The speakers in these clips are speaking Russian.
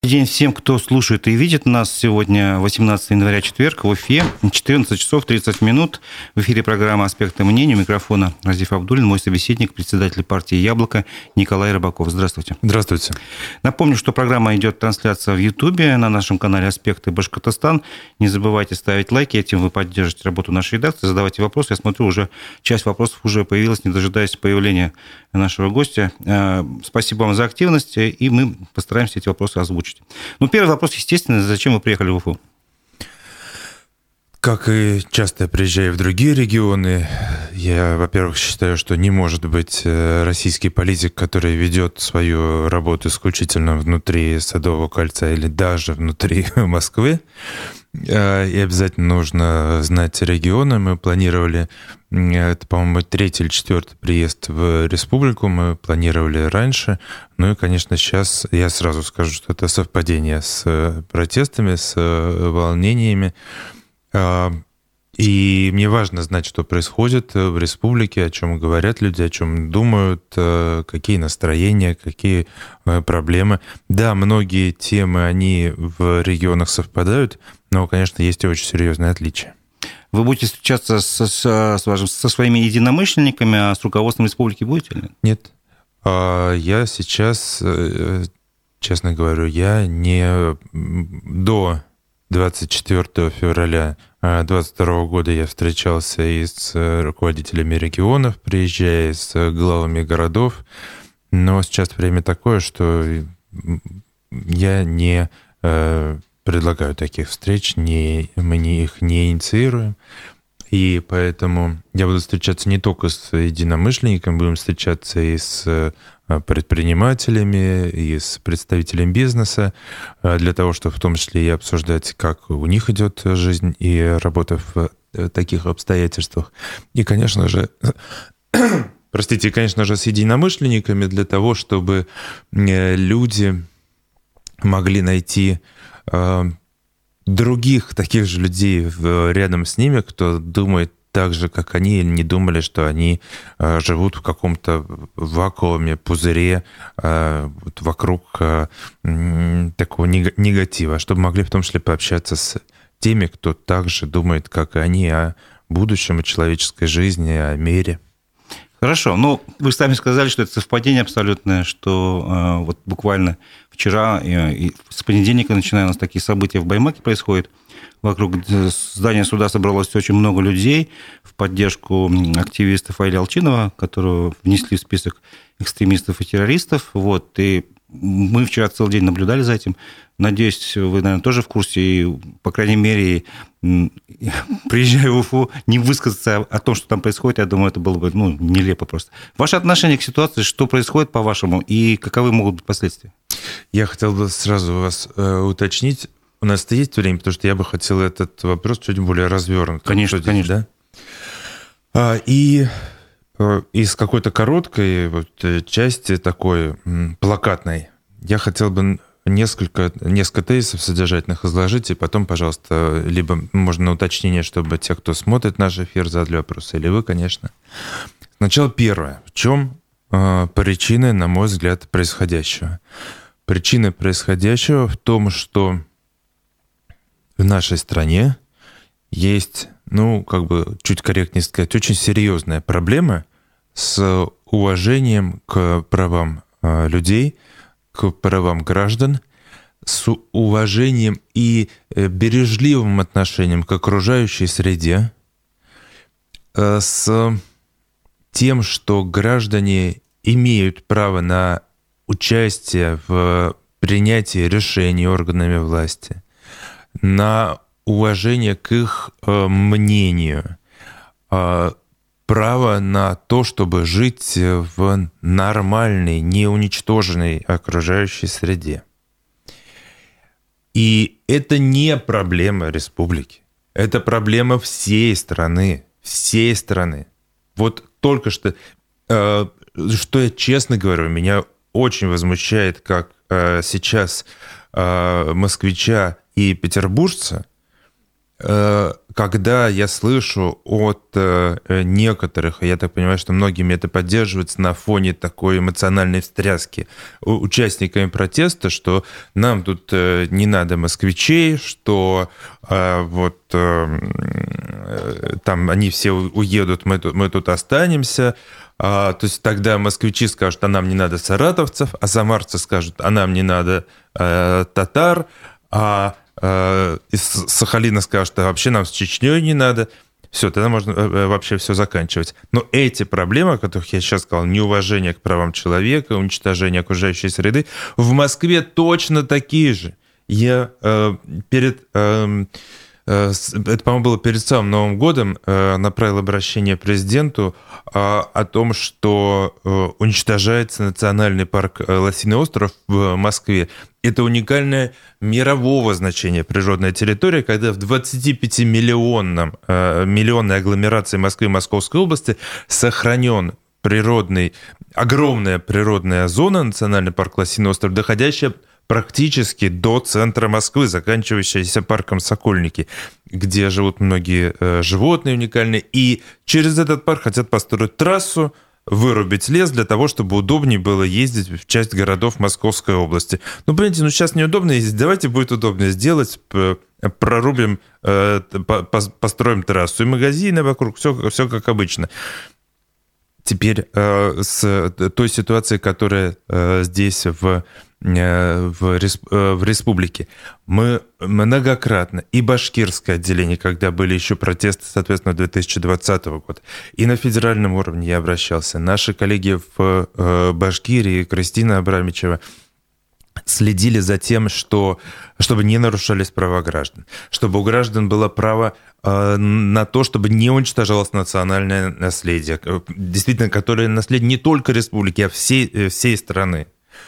День всем, кто слушает и видит нас. Сегодня 18 января, четверг, в Уфе, 14 часов 30 минут. В эфире программа «Аспекты мнений». У микрофона Разиф Абдуллин, мой собеседник, председатель партии «Яблоко» Николай Рыбаков. Здравствуйте. Здравствуйте. Напомню, что программа идет трансляция в Ютубе на нашем канале «Аспекты Башкортостан». Не забывайте ставить лайки, этим вы поддержите работу нашей редакции, задавайте вопросы. Я смотрю, уже часть вопросов уже появилась, не дожидаясь появления нашего гостя. Спасибо вам за активность, и мы постараемся эти вопросы озвучить. Ну, первый вопрос, естественно, зачем вы приехали в Уфу? Как и часто приезжаю в другие регионы, я, во-первых, считаю, что не может быть российский политик, который ведет свою работу исключительно внутри Садового кольца или даже внутри Москвы. И обязательно нужно знать регионы. Мы планировали, это, по-моему, 3-й или 4-й приезд в республику, мы планировали раньше. Ну и, конечно, сейчас я сразу скажу, что это совпадение с протестами, с волнениями. И мне важно знать, что происходит в республике, о чем говорят люди, о чем думают, какие настроения, какие проблемы. Да, многие темы, они в регионах совпадают, но, конечно, есть и очень серьезные отличия. Вы будете встречаться со своими единомышленниками, а с руководством республики будете или нет? Нет. Я сейчас, честно говорю, я не до 24 февраля 2022 года я встречался и с руководителями регионов, приезжая с главами городов, но сейчас время такое, что я не предлагаю таких встреч, мы их не инициируем, и поэтому я буду встречаться не только с единомышленниками, будем встречаться и с предпринимателями, и с представителями бизнеса, для того, чтобы в том числе и обсуждать, как у них идет жизнь и работа в таких обстоятельствах. И, конечно же, с единомышленниками для того, чтобы люди могли найти других таких же людей рядом с ними, кто думает так же, как они, или не думали, что они живут в каком-то вакууме, пузыре вокруг такого негатива, чтобы могли в том числе пообщаться с теми, кто также думает, как и они, о будущем, о человеческой жизни, о мире. Хорошо. Ну, вы сами сказали, что это совпадение абсолютное, что вот буквально вчера и с понедельника, начиная, у нас такие события в Баймаке происходят. Вокруг здания суда собралось очень много людей в поддержку активистов Айли Алчинова, которого внесли в список экстремистов и террористов. Вот. И мы вчера целый день наблюдали за этим. Надеюсь, вы, наверное, тоже в курсе. И, по крайней мере, приезжая в Уфу, не высказаться о том, что там происходит, я думаю, это было бы нелепо просто. Ваше отношение к ситуации, что происходит, по-вашему, и каковы могут быть последствия? Я хотел бы сразу вас уточнить. У нас-то есть время, потому что я бы хотел этот вопрос чуть более развернуть. Конечно, конечно. Да? И из какой-то короткой части такой плакатной я хотел бы несколько тезисов содержательных изложить, и потом, пожалуйста, либо можно на уточнение, чтобы те, кто смотрит наш эфир, задали вопросы, или вы, конечно. Сначала первое. В чем причины, на мой взгляд, происходящего? Причина происходящего в том, что в нашей стране есть, чуть корректнее сказать, очень серьезная проблема с уважением к правам людей, к правам граждан, с уважением и бережливым отношением к окружающей среде, с тем, что граждане имеют право на участие в принятии решений органами власти, на уважение к их мнению, право на то, чтобы жить в нормальной, неуничтоженной окружающей среде. И это не проблема республики, это проблема всей страны, всей страны. Вот только что я честно говорю, меня очень возмущает, как сейчас москвича и петербуржца когда я слышу от некоторых, и я так понимаю, что многими это поддерживается на фоне такой эмоциональной встряски участниками протеста, что нам тут не надо москвичей, что вот там они все уедут, мы тут останемся. То есть тогда москвичи скажут, а нам не надо саратовцев, а самарцы скажут, а нам не надо татар, а из Сахалина скажут, а вообще нам с Чечней не надо. Все, тогда можно вообще все заканчивать. Но эти проблемы, о которых я сейчас сказал, неуважение к правам человека, уничтожение окружающей среды, в Москве точно такие же. Я это, по-моему, было перед самым Новым годом, направил обращение президенту о том, что уничтожается национальный парк Лосиный остров в Москве. Это уникальная мирового значения природная территория, когда в 25-миллионной агломерации Москвы и Московской области сохранен огромная природная зона, национальный парк Лосиный остров, доходящая практически до центра Москвы, заканчивающаяся парком Сокольники, где живут многие животные уникальные. И через этот парк хотят построить трассу, вырубить лес для того, чтобы удобнее было ездить в часть городов Московской области. Ну, понимаете, сейчас неудобно ездить, давайте будет удобно сделать, прорубим, построим трассу и магазины вокруг, все как обычно. Теперь с той ситуацией, которая здесь в республике. Мы многократно, и башкирское отделение, когда были еще протесты, соответственно, 2020 года, и на федеральном уровне я обращался. Наши коллеги в Башкирии, Кристина Абрамичева, следили за тем, чтобы не нарушались права граждан, чтобы у граждан было право на то, чтобы не уничтожалось национальное наследие, действительно, которое наследие не только республики, а всей страны.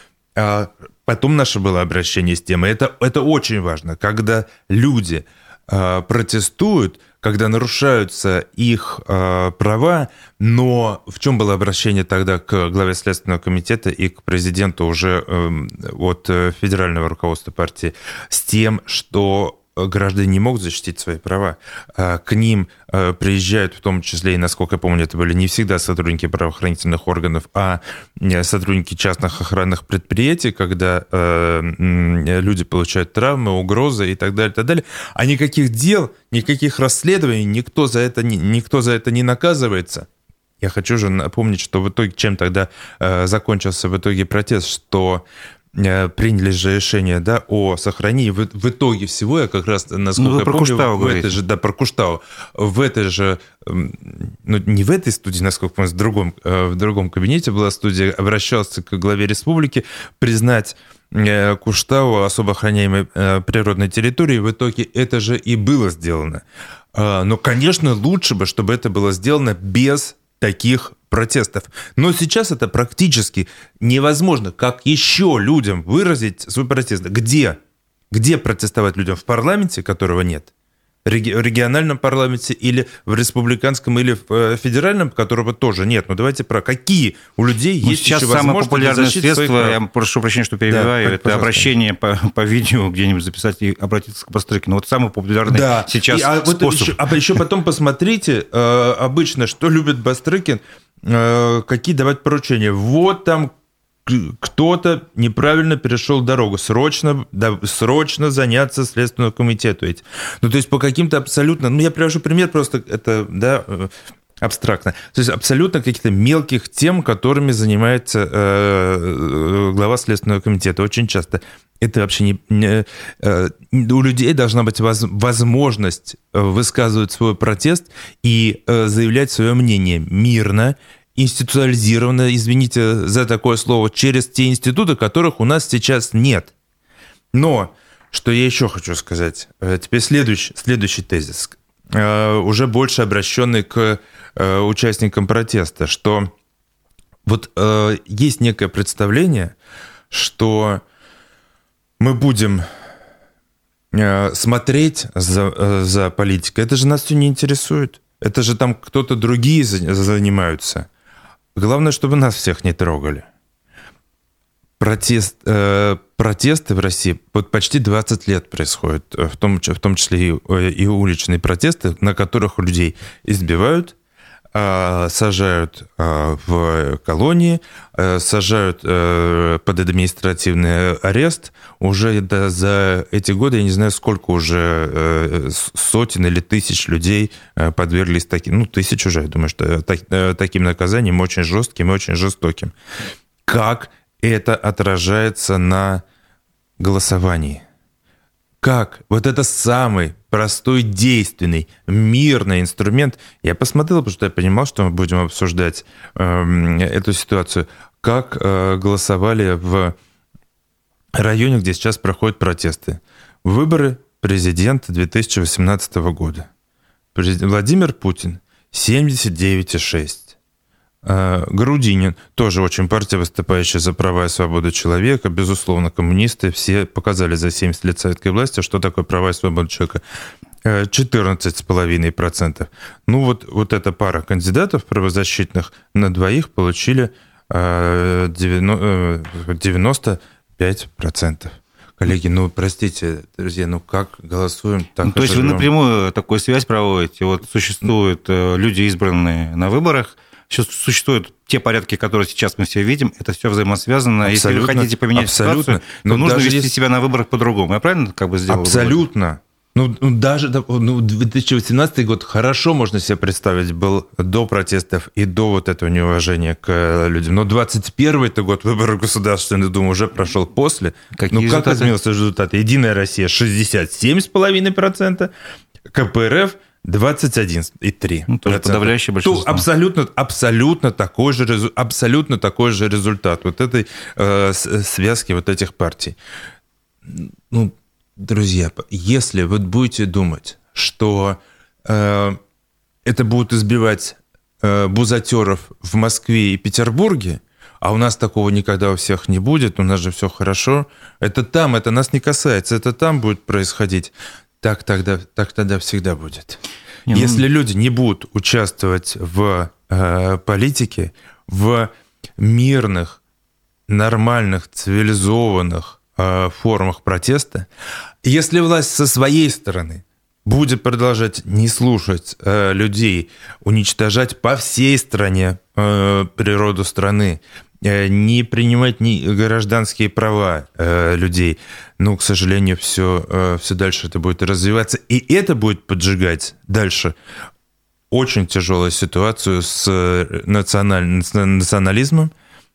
Потом наше было обращение с темой. Это очень важно, когда люди протестуют, когда нарушаются их права, но в чем было обращение тогда к главе Следственного комитета и к президенту уже от федерального руководства партии с тем, что граждане не могут защитить свои права. К ним приезжают, в том числе, и, насколько я помню, это были не всегда сотрудники правоохранительных органов, а сотрудники частных охранных предприятий, когда люди получают травмы, угрозы и так далее, и так далее. А никаких дел, никаких расследований, никто за это не наказывается. Я хочу же напомнить, что в итоге, чем тогда закончился в итоге протест, что приняли же решение, да, о сохранении в итоге всего, я как раз, насколько я помню, про Куштау, в этой же, не в этой студии, насколько я помню, в другом кабинете была студия, обращался к главе республики признать Куштау особо охраняемой природной территорией, в итоге это же и было сделано. Но, конечно, лучше бы, чтобы это было сделано без таких протестов. Но сейчас это практически невозможно. Как еще людям выразить свой протест? Где протестовать людям? В парламенте, которого нет? В региональном парламенте или в республиканском, или в федеральном, которого тоже нет. Но давайте про какие у людей есть сейчас еще самое возможности популярное защиты своих средство, прав. я прошу прощения, что перебиваю, Да, это обращение по видео где-нибудь записать и обратиться к Бастрыкину. Вот самый популярный сейчас способ. А еще потом посмотрите, обычно, что любит Бастрыкин, какие давать поручения. Вот там кто-то неправильно перешел дорогу. Срочно заняться Следственному комитету. Ну, то есть по каким-то абсолютно... я привожу пример, просто это, да, абстрактно. То есть абсолютно каких-то мелких тем, которыми занимается глава Следственного комитета. Очень часто это вообще у людей должна быть возможность высказывать свой протест и заявлять свое мнение мирно, институциализированно, извините за такое слово, через те институты, которых у нас сейчас нет. Но, что я еще хочу сказать, теперь следующий тезис, уже больше обращенный к участникам протеста, что вот есть некое представление, что мы будем смотреть за политикой. Это же нас все не интересует. Это же там кто-то другие занимаются. Главное, чтобы нас всех не трогали. протесты в России вот почти 20 лет происходят, в том числе и уличные протесты, на которых людей избивают, сажают в колонии, сажают под административный арест. Уже за эти годы, я не знаю, сколько уже сотен или тысяч людей подверглись таким, тысяч уже, я думаю, что таким наказанием очень жестким и очень жестоким. Как это отражается на голосовании? Как? Вот это самый простой, действенный, мирный инструмент. Я посмотрел, потому что я понимал, что мы будем обсуждать эту ситуацию. Как голосовали в районе, где сейчас проходят протесты. Выборы президента 2018 года. Владимир Путин 79,6. Грудинин, тоже очень партия, выступающая за права и свободу человека, безусловно, коммунисты, все показали за 70 лет советской власти, что такое права и свобода человека. 14,5%. Вот эта пара кандидатов правозащитных на двоих получили 95%. Коллеги, простите, друзья, как голосуем, так то есть вы напрямую такую связь проводите? Вот существуют люди, избранные на выборах, сейчас существуют те порядки, которые сейчас мы все видим, это все взаимосвязано. Абсолютно, если вы хотите поменять ситуацию, то нужно вести себя на выборах по-другому. Я правильно сделал? Абсолютно. Даже 2018 год хорошо можно себе представить был до протестов и до вот этого неуважения к людям. Но 2021 год, выборы в Государственную Думу уже прошел после. Как изменился результат? Единая Россия 67,5%, КПРФ 21,3%. Тоже подавляющее большинство. Абсолютно такой же результат вот этой связки вот этих партий. Друзья, если вы будете думать, что это будут избивать бузатеров в Москве и Петербурге, а у нас такого никогда у всех не будет, у нас же все хорошо, это нас не касается, это там будет происходить, так тогда всегда будет. Если люди не будут участвовать в политике, в мирных, нормальных, цивилизованных формах протеста, если власть со своей стороны будет продолжать не слушать людей, уничтожать по всей стране природу страны, не принимать гражданские права людей, к сожалению, все дальше это будет развиваться, и это будет поджигать дальше очень тяжелую ситуацию с национализмом,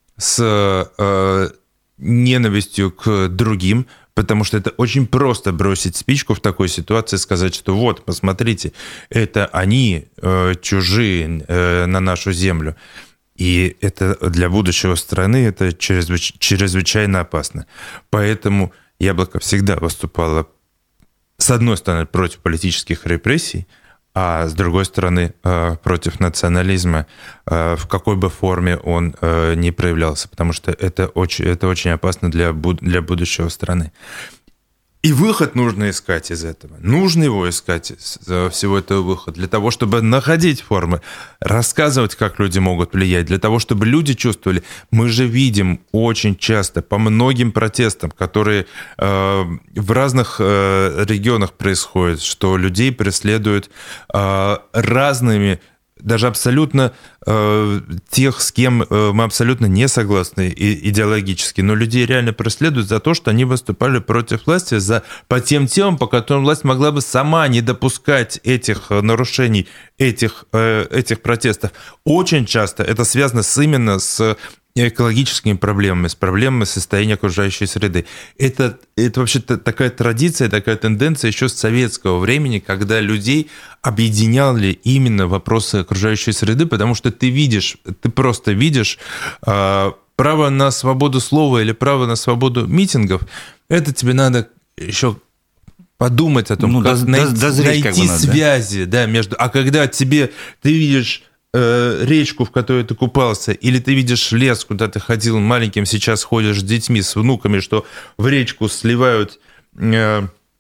с ненавистью к другим, потому что это очень просто бросить спичку в такой ситуации и сказать, что вот, посмотрите, это они чужие на нашу землю. И это для будущего страны это чрезвычайно опасно. Поэтому Яблоко всегда выступало, с одной стороны, против политических репрессий, а с другой стороны, против национализма, в какой бы форме он ни проявлялся, потому что это очень опасно для будущего страны. И выход нужно искать из этого. Нужно его искать, из всего этого выход, для того, чтобы находить формы, рассказывать, как люди могут влиять, для того, чтобы люди чувствовали. Мы же видим очень часто по многим протестам, которые в разных регионах происходят, что людей преследуют разными, даже абсолютно тех, с кем мы абсолютно не согласны идеологически, но людей реально преследуют за то, что они выступали против власти по тем темам, по которым власть могла бы сама не допускать этих нарушений, этих протестов. Очень часто это связано именно с экологическими проблемами, с проблемами состояния окружающей среды. Это вообще-то такая традиция, такая тенденция еще с советского времени, когда людей объединяли именно вопросы окружающей среды, потому что ты просто видишь право на свободу слова или право на свободу митингов, это тебе надо еще подумать о том, как найти связи, да, между... А когда ты видишь речку, в которой ты купался, или ты видишь лес, куда ты ходил маленьким, сейчас ходишь с детьми, с внуками, что в речку сливают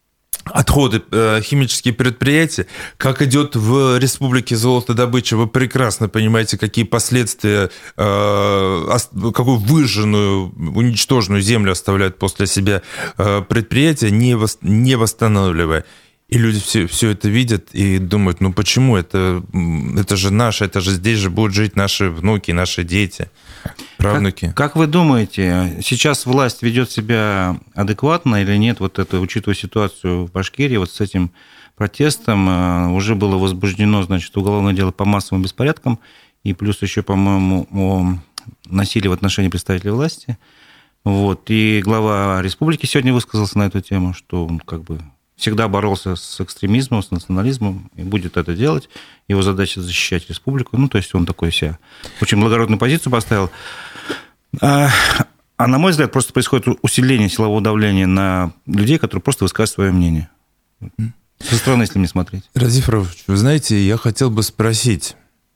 отходы, химические предприятия, как идет в республике золотодобыча, вы прекрасно понимаете, какие последствия, какую выжженную, уничтоженную землю оставляют после себя предприятия, не восстанавливая. И люди все это видят и думают, ну почему? Это же наше, это же здесь же будут жить наши внуки, наши дети, правнуки. Как вы думаете, сейчас власть ведет себя адекватно или нет? Вот это, учитывая ситуацию в Башкирии, вот с этим протестом уже было возбуждено, значит, уголовное дело по массовым беспорядкам и плюс еще, по-моему, о насилии в отношении представителей власти. Вот. И глава республики сегодня высказался на эту тему, что он как бы всегда боролся с экстремизмом, с национализмом, и будет это делать. Его задача защищать республику. Ну, то есть он такой себя очень благородную позицию поставил. А на мой взгляд, просто происходит усиление силового давления на людей, которые просто высказывают свое мнение. Со стороны, если мне смотреть. Разиф Рафович, вы знаете, я хотел бы спросить.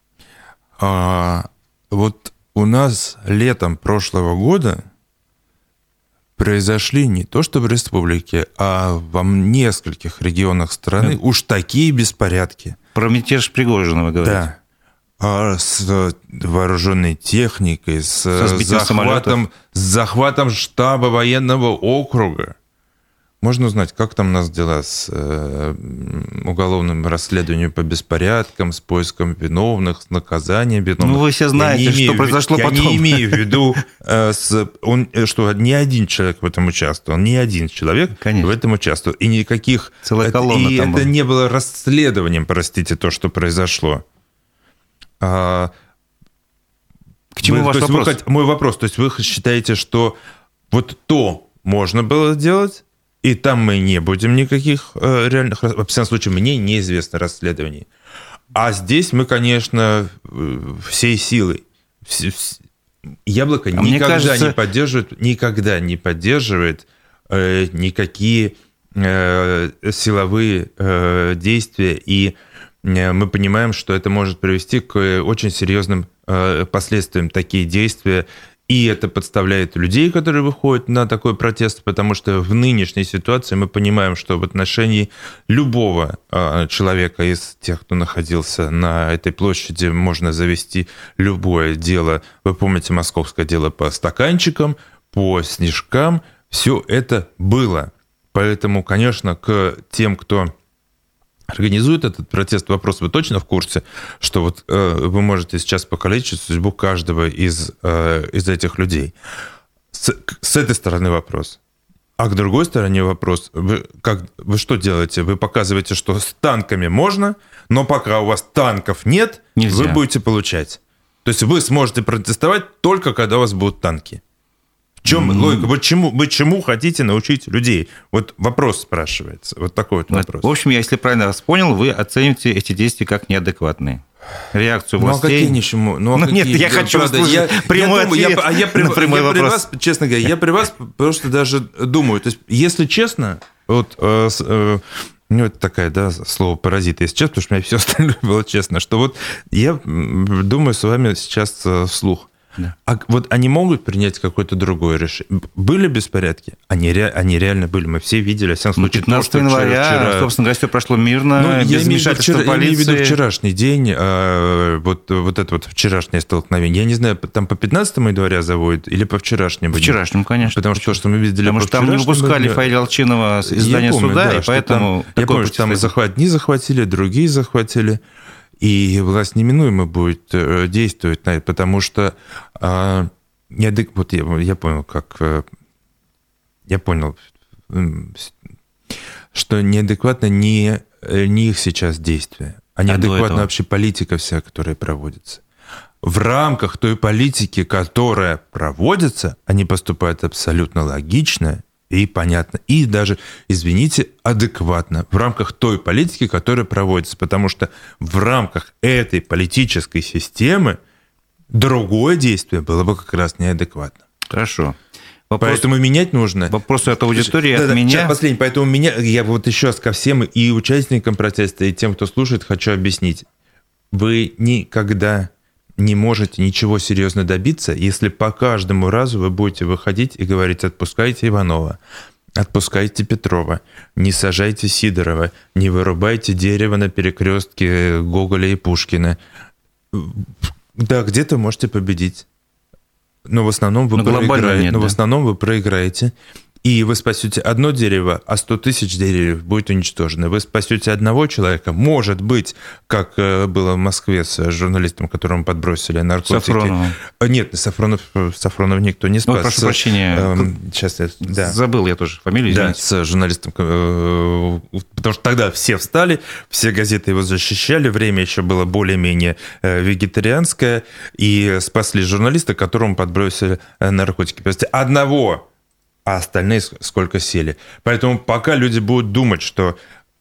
Вот у нас летом прошлого года произошли не то что в республике, а во нескольких регионах страны уж такие беспорядки. Про мятеж Пригожина вы говорите? Да. С вооруженной техникой, с захватом штаба военного округа. Можно узнать, как там у нас дела с уголовным расследованием по беспорядкам, с поиском виновных, с наказанием виновных? Ну, вы все знаете, что произошло потом. Я не имею в виду, что ни один человек в этом участвовал, ни один человек в этом участвовал. И никаких... Целая колонна и там это была. не было расследованием, простите, то, что произошло. К чему ваш вопрос? Мой вопрос. То есть вы считаете, что вот то можно было сделать, и там мы не будем никаких реальных... Во всяком случае, мне неизвестно расследований. А здесь мы, конечно, всей силой. Яблоко никогда не поддерживает никакие силовые действия. И мы понимаем, что это может привести к очень серьезным последствиям, такие действия. И это подставляет людей, которые выходят на такой протест, потому что в нынешней ситуации мы понимаем, что в отношении любого человека из тех, кто находился на этой площади, можно завести любое дело. Вы помните московское дело по стаканчикам, по снежкам. Все это было. Поэтому, конечно, к тем, кто организует этот протест, вопрос, вы точно в курсе, что вот вы можете сейчас покалечить судьбу каждого из этих людей? С этой стороны вопрос. А к другой стороне вопрос, вы что делаете? Вы показываете, что с танками можно, но пока у вас танков нет, нельзя. Вы будете получать. То есть вы сможете протестовать только когда у вас будут танки. В чем логика? Вы чему хотите научить людей? Вот вопрос спрашивается. Вот такой вот вопрос. В общем, если правильно вас понял, вы оцените эти действия как неадекватные. Реакцию властей. Ну, а какие ничему? Нет, я хочу услышать прямой ответ на прямой вопрос. Честно говоря, я при вас просто даже думаю. То есть, если честно, вот... Ну, это такое, да, слово паразит, если честно, потому что у меня все остальное было честно, что вот я думаю с вами сейчас вслух. Да. А вот они могут принять какое-то другое решение? Были беспорядки? Они реально были. Мы все видели. 15 января, собственно говоря, все прошло мирно, без вмешательства полиции. Я имею в виду вчерашний день, вот это вот вчерашнее столкновение. Я не знаю, там по 15 января заводят или по вчерашнему? По вчерашнему, конечно. Потому что то, что мы видели потому по что там не выпускали Фаиля Алчинова из здания суда, да, и поэтому... Я помню, что там одни захватили, другие захватили. И власть неминуемо будет действовать на это, потому что вот я понял, что неадекватно не их сейчас действия, а неадекватна вообще политика вся, которая проводится. В рамках той политики, которая проводится, они поступают абсолютно логично и понятно, и даже, извините, адекватно в рамках той политики, которая проводится, потому что в рамках этой политической системы другое действие было бы как раз неадекватно. Хорошо. Поэтому менять нужно. Вопрос от аудитории, от меня. Последний. Поэтому я вот еще раз ко всем и участникам протеста, и тем, кто слушает, хочу объяснить. Вы никогда не можете ничего серьезно добиться, если по каждому разу вы будете выходить и говорить: отпускайте Иванова, отпускайте Петрова, не сажайте Сидорова, не вырубайте дерево на перекрестке Гоголя и Пушкина. Да, где-то можете победить. Но в основном вы проиграете. Нет, но в основном вы проиграете. И вы спасете одно дерево, а 100 тысяч деревьев будет уничтожено. Вы спасете одного человека, может быть, как было в Москве с журналистом, которому подбросили наркотики. Сафронова. Нет, Сафронов никто не спас. Прошу прощения. Сейчас да. Забыл я тоже фамилию, извините. Да, с журналистом. Потому что тогда все встали, все газеты его защищали, время еще было более-менее вегетарианское, и спасли журналиста, которому подбросили наркотики. Одного, а остальные сколько сели. Поэтому пока люди будут думать, что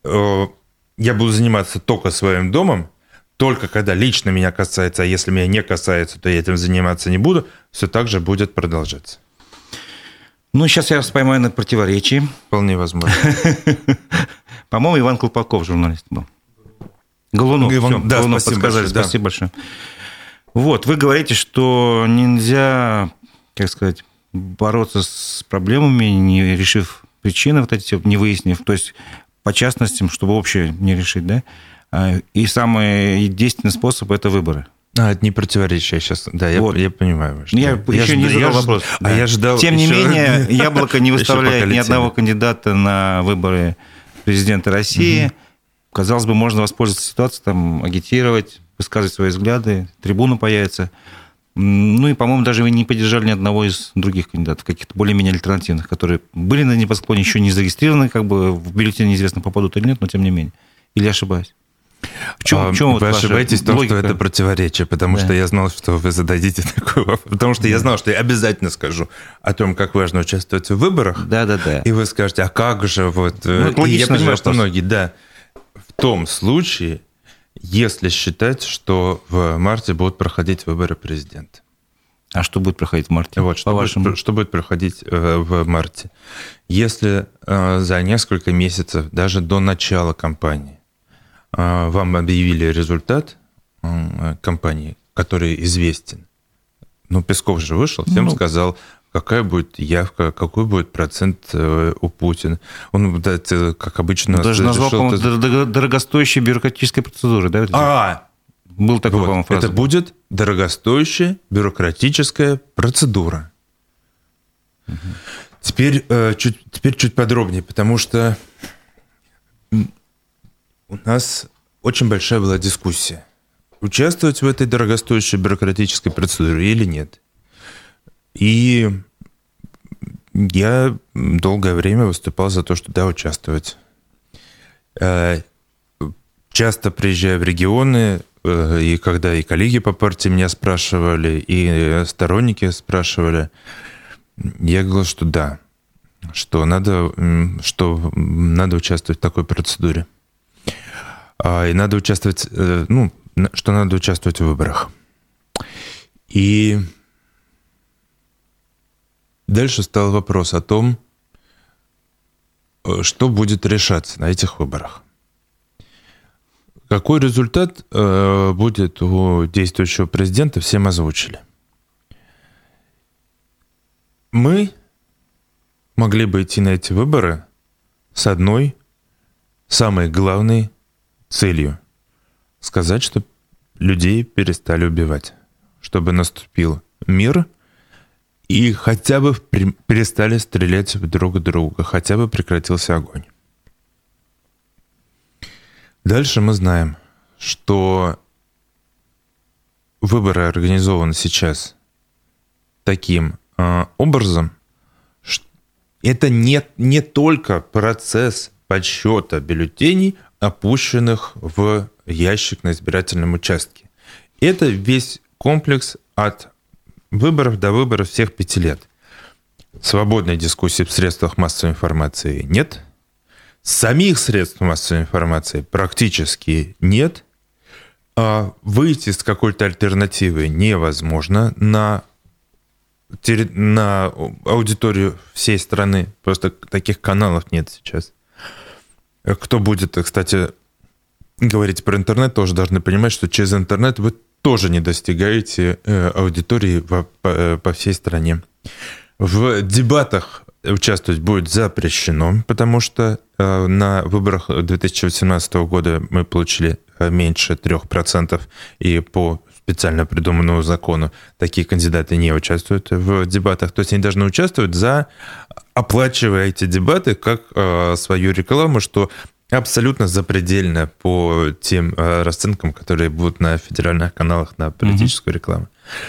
я буду заниматься только своим домом, только когда лично меня касается, а если меня не касается, то я этим заниматься не буду, все так же будет продолжаться. Ну, сейчас я вас поймаю на противоречии. Вполне возможно. По-моему, Иван Колпаков журналист был. Голунов. Да, Голунов спасибо подсказали. большое, да. Спасибо большое. Вот, вы говорите, что нельзя, как сказать, бороться с проблемами, не решив причины вот эти, не выяснив, то есть по частностям, чтобы общее не решить, да? И самый действенный способ – это выборы. Это не противоречие сейчас. Да, вот. я понимаю. Что... Я еще не задал вопрос. Да. Я ждал. Тем не менее, Яблоко не выставляет ни одного кандидата на выборы президента России. Угу. Казалось бы, можно воспользоваться ситуацией, там, агитировать, высказывать свои взгляды, трибуна появится. Ну и, по-моему, даже вы не поддержали ни одного из других кандидатов, каких-то более-менее альтернативных, которые были на небосклоне, еще не зарегистрированы, как бы в бюллетене неизвестно, попадут или нет, но тем не менее. Или я ошибаюсь? В чем вы ошибаетесь в том, логика? Что это противоречие, потому что я знал, что вы зададите такой вопрос. Потому что я знал, что я обязательно скажу о том, как важно участвовать в выборах. Да. И вы скажете, а как же вот... Ну, и я понимаю, что многие, да. В том случае, если считать, что в марте будут проходить выборы президента. А что будет проходить в марте? Вот, что будет проходить в марте? Если за несколько месяцев, даже до начала кампании, вам объявили результат кампании, который известен. Ну, Песков же вышел, всем сказал, какая будет явка, какой будет процент у Путина. Он, как обычно... Даже назвал, по-моему, дорогостоящей бюрократической процедурой, да? Был такой, по-моему, фраза. Это будет дорогостоящая бюрократическая процедура. Угу. Теперь чуть подробнее, потому что у нас очень большая была дискуссия. Участвовать в этой дорогостоящей бюрократической процедуре или нет. И я долгое время выступал за то, что да, участвовать. Часто приезжая в регионы, и когда и коллеги по партии меня спрашивали, и сторонники спрашивали, я говорил, что да, что надо участвовать в такой процедуре. И надо участвовать, что надо участвовать в выборах. И дальше стал вопрос о том, что будет решаться на этих выборах. Какой результат будет у действующего президента, всем озвучили. Мы могли бы идти на эти выборы с одной, самой главной целью. Сказать, что людей перестали убивать. Чтобы наступил мир и хотя бы перестали стрелять друг в друга, хотя бы прекратился огонь. Дальше мы знаем, что выборы организованы сейчас таким образом, что это не только процесс подсчета бюллетеней, опущенных в ящик на избирательном участке. Это весь комплекс от выборов до выборов всех 5 лет. Свободной дискуссии в средствах массовой информации нет. Самих средств массовой информации практически нет. Выйти с какой-то альтернативой невозможно на аудиторию всей страны. Просто таких каналов нет сейчас. Кто будет, кстати, говорить про интернет, тоже должны понимать, что через интернет вы тоже не достигаете аудитории по всей стране. В дебатах участвовать будет запрещено, потому что на выборах 2018 года мы получили меньше 3%, и по специально придуманному закону такие кандидаты не участвуют в дебатах. То есть они должны участвовать, оплачивая эти дебаты как свою рекламу, что абсолютно запредельно по тем расценкам, которые будут на федеральных каналах на политическую рекламу.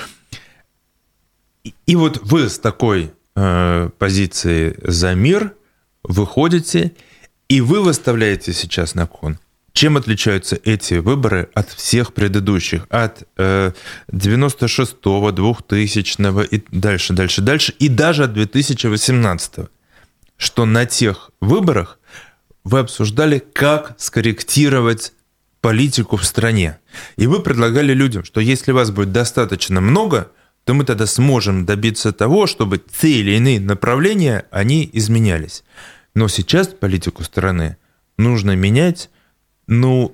И вот вы с такой позиции за мир выходите, и вы выставляете сейчас на кон. Чем отличаются эти выборы от всех предыдущих? От 96-го, 2000-го и дальше, и даже от 2018-го. Что на тех выборах вы обсуждали, как скорректировать политику в стране. И вы предлагали людям, что если вас будет достаточно много, то мы тогда сможем добиться того, чтобы те или иные направления, они изменялись. Но сейчас политику страны нужно менять, на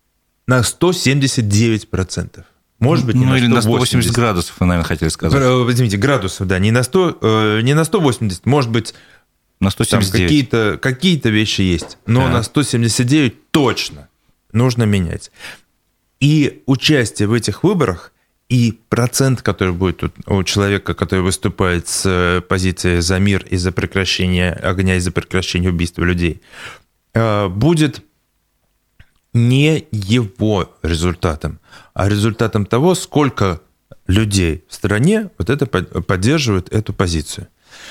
179%. Может быть, не на 180. Или на 180 градусов, вы, наверное, хотели сказать. Извините, градусов, да, не на 180, может быть, на 179. Там какие-то вещи есть, но на 179 точно нужно менять. И участие в этих выборах, и процент, который будет у человека, который выступает с позиции за мир и за прекращение огня, и за прекращение убийства людей, будет не его результатом, а результатом того, сколько людей в стране вот это поддерживают эту позицию.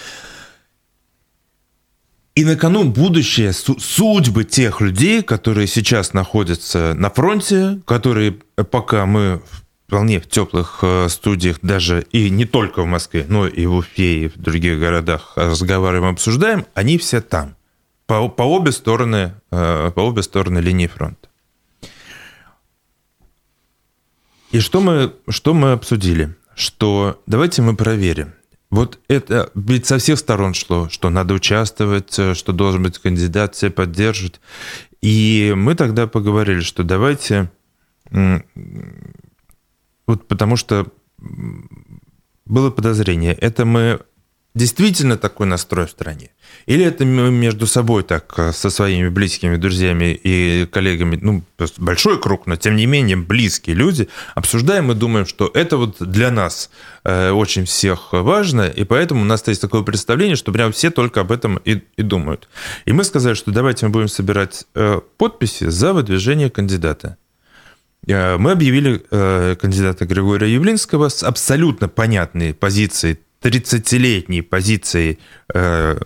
И на кону будущее судьбы тех людей, которые сейчас находятся на фронте, которые пока мы вполне в теплых студиях, даже и не только в Москве, но и в Уфе, и в других городах разговариваем, обсуждаем, они все там, по обе стороны линии фронта. И что мы обсудили? Что давайте мы проверим. Вот это ведь со всех сторон шло, что надо участвовать, что должен быть кандидат, все поддержат. И мы тогда поговорили, что давайте... Вот потому что было подозрение, это мы действительно такой настрой в стране? Или это мы между собой так, со своими близкими друзьями и коллегами, большой круг, но тем не менее близкие люди, обсуждаем и думаем, что это вот для нас очень всех важно, и поэтому у нас есть такое представление, что прям все только об этом и думают. И мы сказали, что давайте мы будем собирать подписи за выдвижение кандидата. Мы объявили кандидата Григория Явлинского с абсолютно понятной позицией, 30-летней позицией за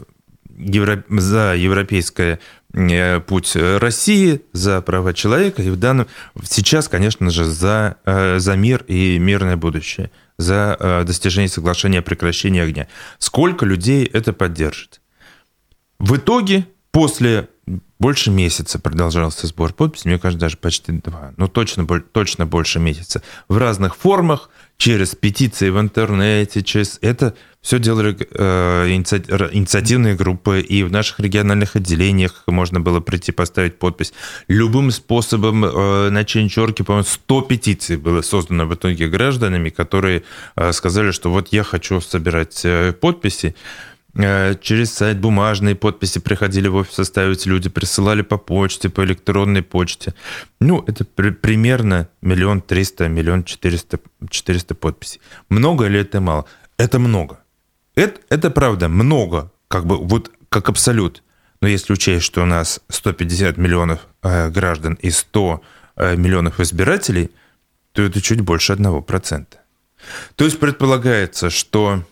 европейский путь России, за права человека, и сейчас, конечно же, за мир и мирное будущее, за достижение соглашения о прекращении огня. Сколько людей это поддержит? В итоге, после больше месяца продолжался сбор подписей, мне кажется, даже почти 2, но точно больше месяца. В разных формах, через петиции в интернете, через это все делали инициативные группы, и в наших региональных отделениях можно было прийти поставить подпись. Любым способом на Ченчорке, по-моему, 100 петиций было создано в итоге гражданами, которые сказали, что вот я хочу собирать подписи. Через сайт бумажные подписи приходили в офис оставить люди, присылали по почте, по электронной почте. Это примерно 1 300 000, 1 400 подписей. Много или это мало? Это много. Это правда много, как абсолют. Но если учесть, что у нас 150 миллионов граждан и 100 миллионов избирателей, то это чуть больше 1%. То есть предполагается, что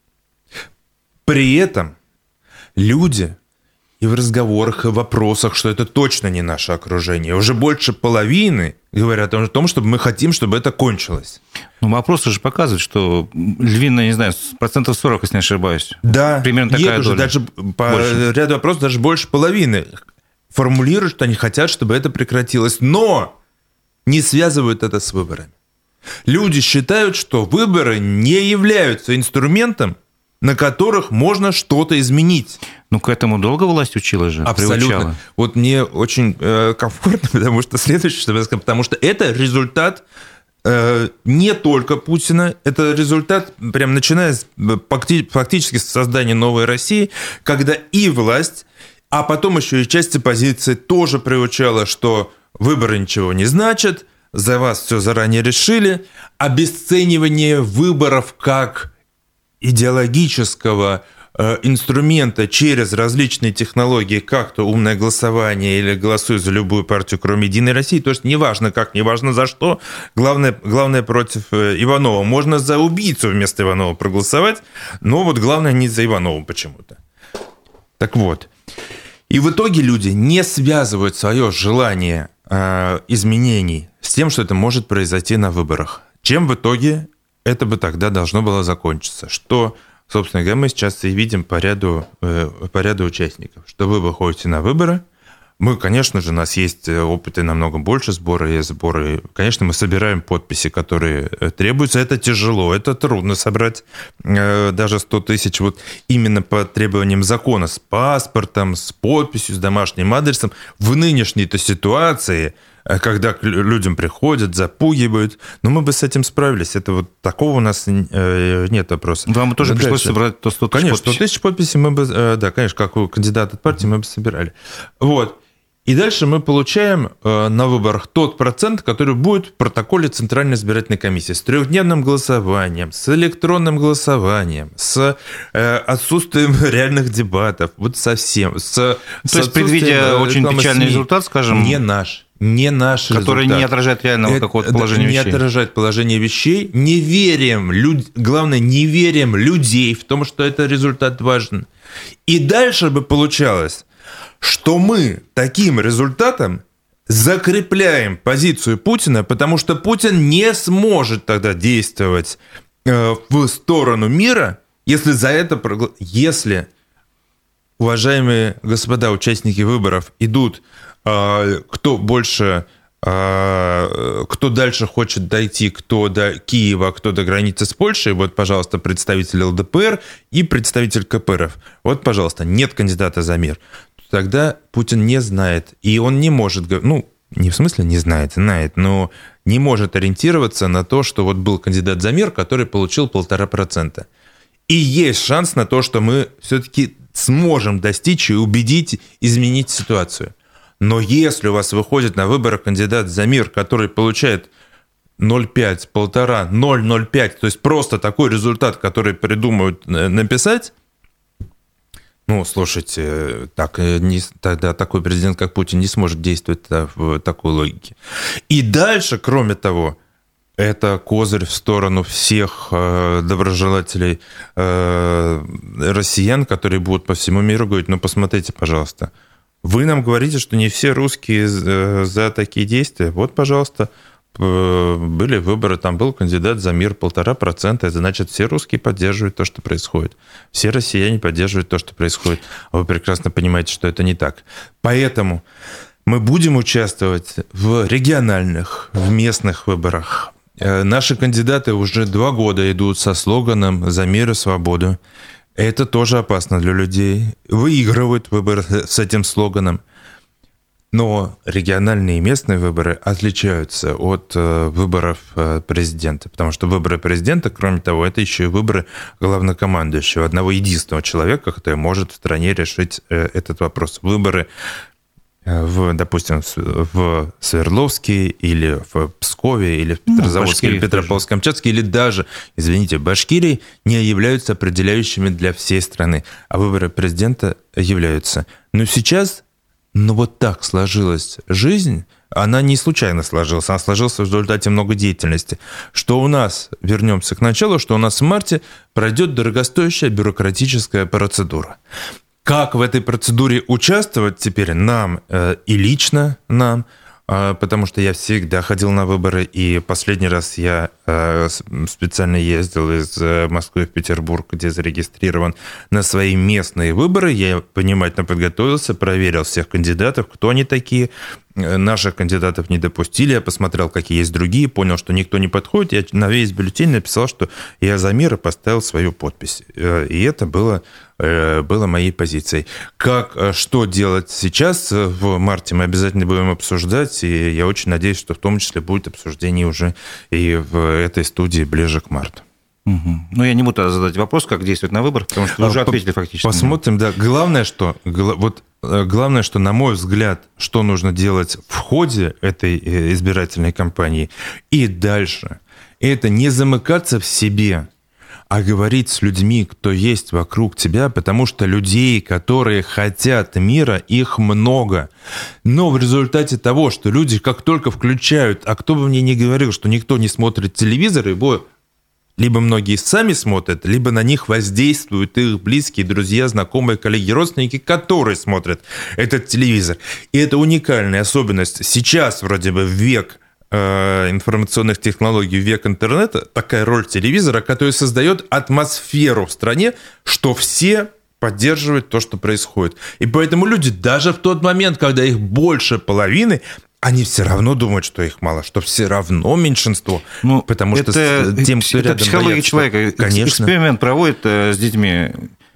при этом люди и в разговорах, и в вопросах, что это точно не наше окружение, уже больше половины говорят о том, что мы хотим, чтобы это кончилось. Вопросы же показывают, что львиная, не знаю, 40%, если не ошибаюсь. Да, примерно такая доля. Даже по ряду вопросов даже больше половины формулируют, что они хотят, чтобы это прекратилось, но не связывают это с выборами. Люди считают, что выборы не являются инструментом, на которых можно что-то изменить. К этому долго власть учила же? Абсолютно. Приучала. Вот мне очень комфортно, потому что следующее, что я сказал, потому что это результат не только Путина, это результат, прям начиная фактически с создания новой России, когда и власть, а потом еще и часть оппозиции тоже приучала, что выборы ничего не значат, за вас все заранее решили, обесценивание выборов как идеологического инструмента через различные технологии, как то умное голосование или голосуй за любую партию, кроме «Единой России», то есть неважно как, неважно за что, главное против Иванова. Можно за убийцу вместо Иванова проголосовать, но вот главное не за Иванова почему-то. Так вот. И в итоге люди не связывают свое желание изменений с тем, что это может произойти на выборах. Чем в итоге это бы тогда должно было закончиться? Что, собственно говоря, мы сейчас и видим по ряду участников, что вы выходите на выборы. Мы, конечно же, у нас есть опыт и намного больше сборы. Конечно, мы собираем подписи, которые требуются. Это тяжело, это трудно собрать даже 100 тысяч вот именно по требованиям закона, с паспортом, с подписью, с домашним адресом. В нынешней-то ситуации, когда людям приходят, запугивают, но мы бы с этим справились. Это вот такого у нас нет вопроса. Вам бы тоже пришлось собрать 100 тысяч подписей? Конечно, 100 тысяч подписей мы бы, да, конечно, как у кандидата от партии мы бы собирали. Вот. И дальше мы получаем на выборах тот процент, который будет в протоколе Центральной избирательной комиссии с 3-дневным голосованием, с электронным голосованием, с отсутствием реальных дебатов, вот совсем. То есть, предвидя очень печальный результат, скажем... Не наш который результат. Не отражает реального какого-то положения вещей. Не отражает положение вещей. Не верим, главное, не верим людей в том, что этот результат важен. И дальше бы получалось, что мы таким результатом закрепляем позицию Путина, потому что Путин не сможет тогда действовать в сторону мира, если, уважаемые господа участники выборов, идут, кто дальше хочет дойти, кто до Киева, кто до границы с Польшей, вот, пожалуйста, представитель ЛДПР и представитель КПРФ. Вот, пожалуйста, нет кандидата за мир. Тогда Путин не знает, и он не может, не в смысле не знает, но не может ориентироваться на то, что вот был кандидат за мир, который получил 1,5%. И есть шанс на то, что мы все-таки сможем достичь и убедить, изменить ситуацию. Но если у вас выходит на выборы кандидат за мир, который получает 0,5, 1,5, 0,05, то есть просто такой результат, который придумают написать, слушайте, тогда такой президент, как Путин, не сможет действовать в такой логике. И дальше, кроме того, это козырь в сторону всех доброжелателей россиян, которые будут по всему миру говорить, посмотрите, пожалуйста, вы нам говорите, что не все русские за такие действия. Вот, пожалуйста, были выборы, там был кандидат за мир 1,5%, значит, все русские поддерживают то, что происходит. Все россияне поддерживают то, что происходит. А вы прекрасно понимаете, что это не так. Поэтому мы будем участвовать в региональных, в местных выборах. Наши кандидаты уже 2 года идут со слоганом «За мир и свободу». Это тоже опасно для людей. Выигрывают выборы с этим слоганом. Но региональные и местные выборы отличаются от выборов президента. Потому что выборы президента, кроме того, это еще и выборы главнокомандующего, одного единственного человека, который может в стране решить этот вопрос. Выборы, допустим, в Свердловске или в Пскове, или в Петрозаводске, или в Петропавловске-Камчатске, или даже, в Башкирии не являются определяющими для всей страны. А выборы президента являются. Но сейчас... вот так сложилась жизнь, она не случайно сложилась, она сложилась в результате много деятельности. Что у нас, вернемся к началу, что у нас в марте пройдет дорогостоящая бюрократическая процедура. Как в этой процедуре участвовать теперь нам и лично нам, потому что я всегда ходил на выборы, и последний раз я специально ездил из Москвы в Петербург, где зарегистрирован на свои местные выборы. Я внимательно подготовился, проверил всех кандидатов, кто они такие, наших кандидатов не допустили, я посмотрел, какие есть другие, понял, что никто не подходит, я на весь бюллетень написал, что я за мир, и поставил свою подпись. И это было моей позицией. Что делать сейчас, в марте, мы обязательно будем обсуждать, и я очень надеюсь, что в том числе будет обсуждение уже и в этой студии ближе к марту. Угу. Ну, я не буду задать вопрос, как действовать на выборах, потому что вы уже ответили фактически. Посмотрим, да. Главное, что, на мой взгляд, что нужно делать в ходе этой избирательной кампании и дальше, это не замыкаться в себе, а говорить с людьми, кто есть вокруг тебя, потому что людей, которые хотят мира, их много. Но в результате того, что люди как только включают, а кто бы мне ни говорил, что никто не смотрит телевизор, его либо многие сами смотрят, либо на них воздействуют их близкие, друзья, знакомые, коллеги, родственники, которые смотрят этот телевизор. И это уникальная особенность. Сейчас вроде бы в век информационных технологий, в век интернета, такая роль телевизора, который создает атмосферу в стране, что все поддерживают то, что происходит. И поэтому люди даже в тот момент, когда их больше половины, они все равно думают, что их мало, что все равно меньшинство. Ну, потому что тем, кто это рядом, психология боятся, человека. конечно. Эксперимент проводят с детьми.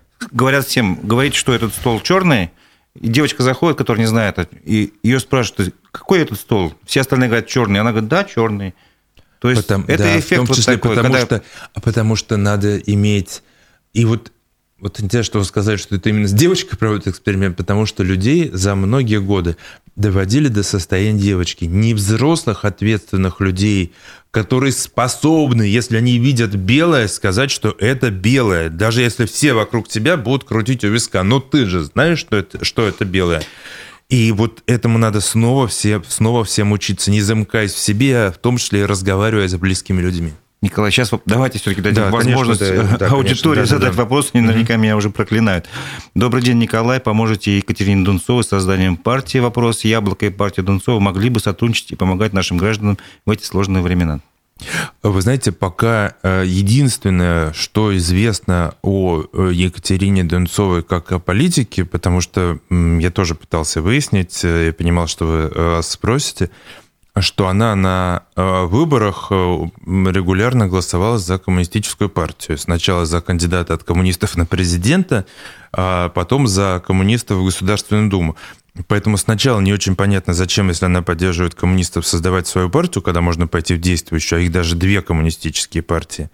Говорит, что этот стол черный, и девочка заходит, которая не знает, и ее спрашивают, какой этот стол? Все остальные говорят, черный. Она говорит, да, черный. То есть это эффект в том числе, вот такой. Потому что надо иметь... И вот интересно, что вы сказали, что это именно с девочкой проводят эксперимент, потому что людей за многие годы доводили до состояния девочки. Не взрослых, ответственных людей, которые способны, если они видят белое, сказать, что это белое. Даже если все вокруг тебя будут крутить у виска. Но ты же знаешь, что это белое. И вот этому надо снова всем учиться, не замыкаясь в себе, а в том числе и разговаривая с близкими людьми. Николай, сейчас давайте все-таки дадим возможность аудитории задать вопросы, наверняка меня уже проклинают. Добрый день, Николай. Поможете Екатерине Дунцовой с созданием партии? Вопрос. Яблоко и партия Дунцова могли бы сотрудничать и помогать нашим гражданам в эти сложные времена? Вы знаете, пока единственное, что известно о Екатерине Дунцовой как о политике, потому что я тоже пытался выяснить, и понимал, что вы спросите, что она на выборах регулярно голосовала за коммунистическую партию. Сначала за кандидата от коммунистов на президента, а потом за коммунистов в Государственную Думу. Поэтому сначала не очень понятно, зачем, если она поддерживает коммунистов, создавать свою партию, когда можно пойти в действующую, а их даже 2 коммунистические партии.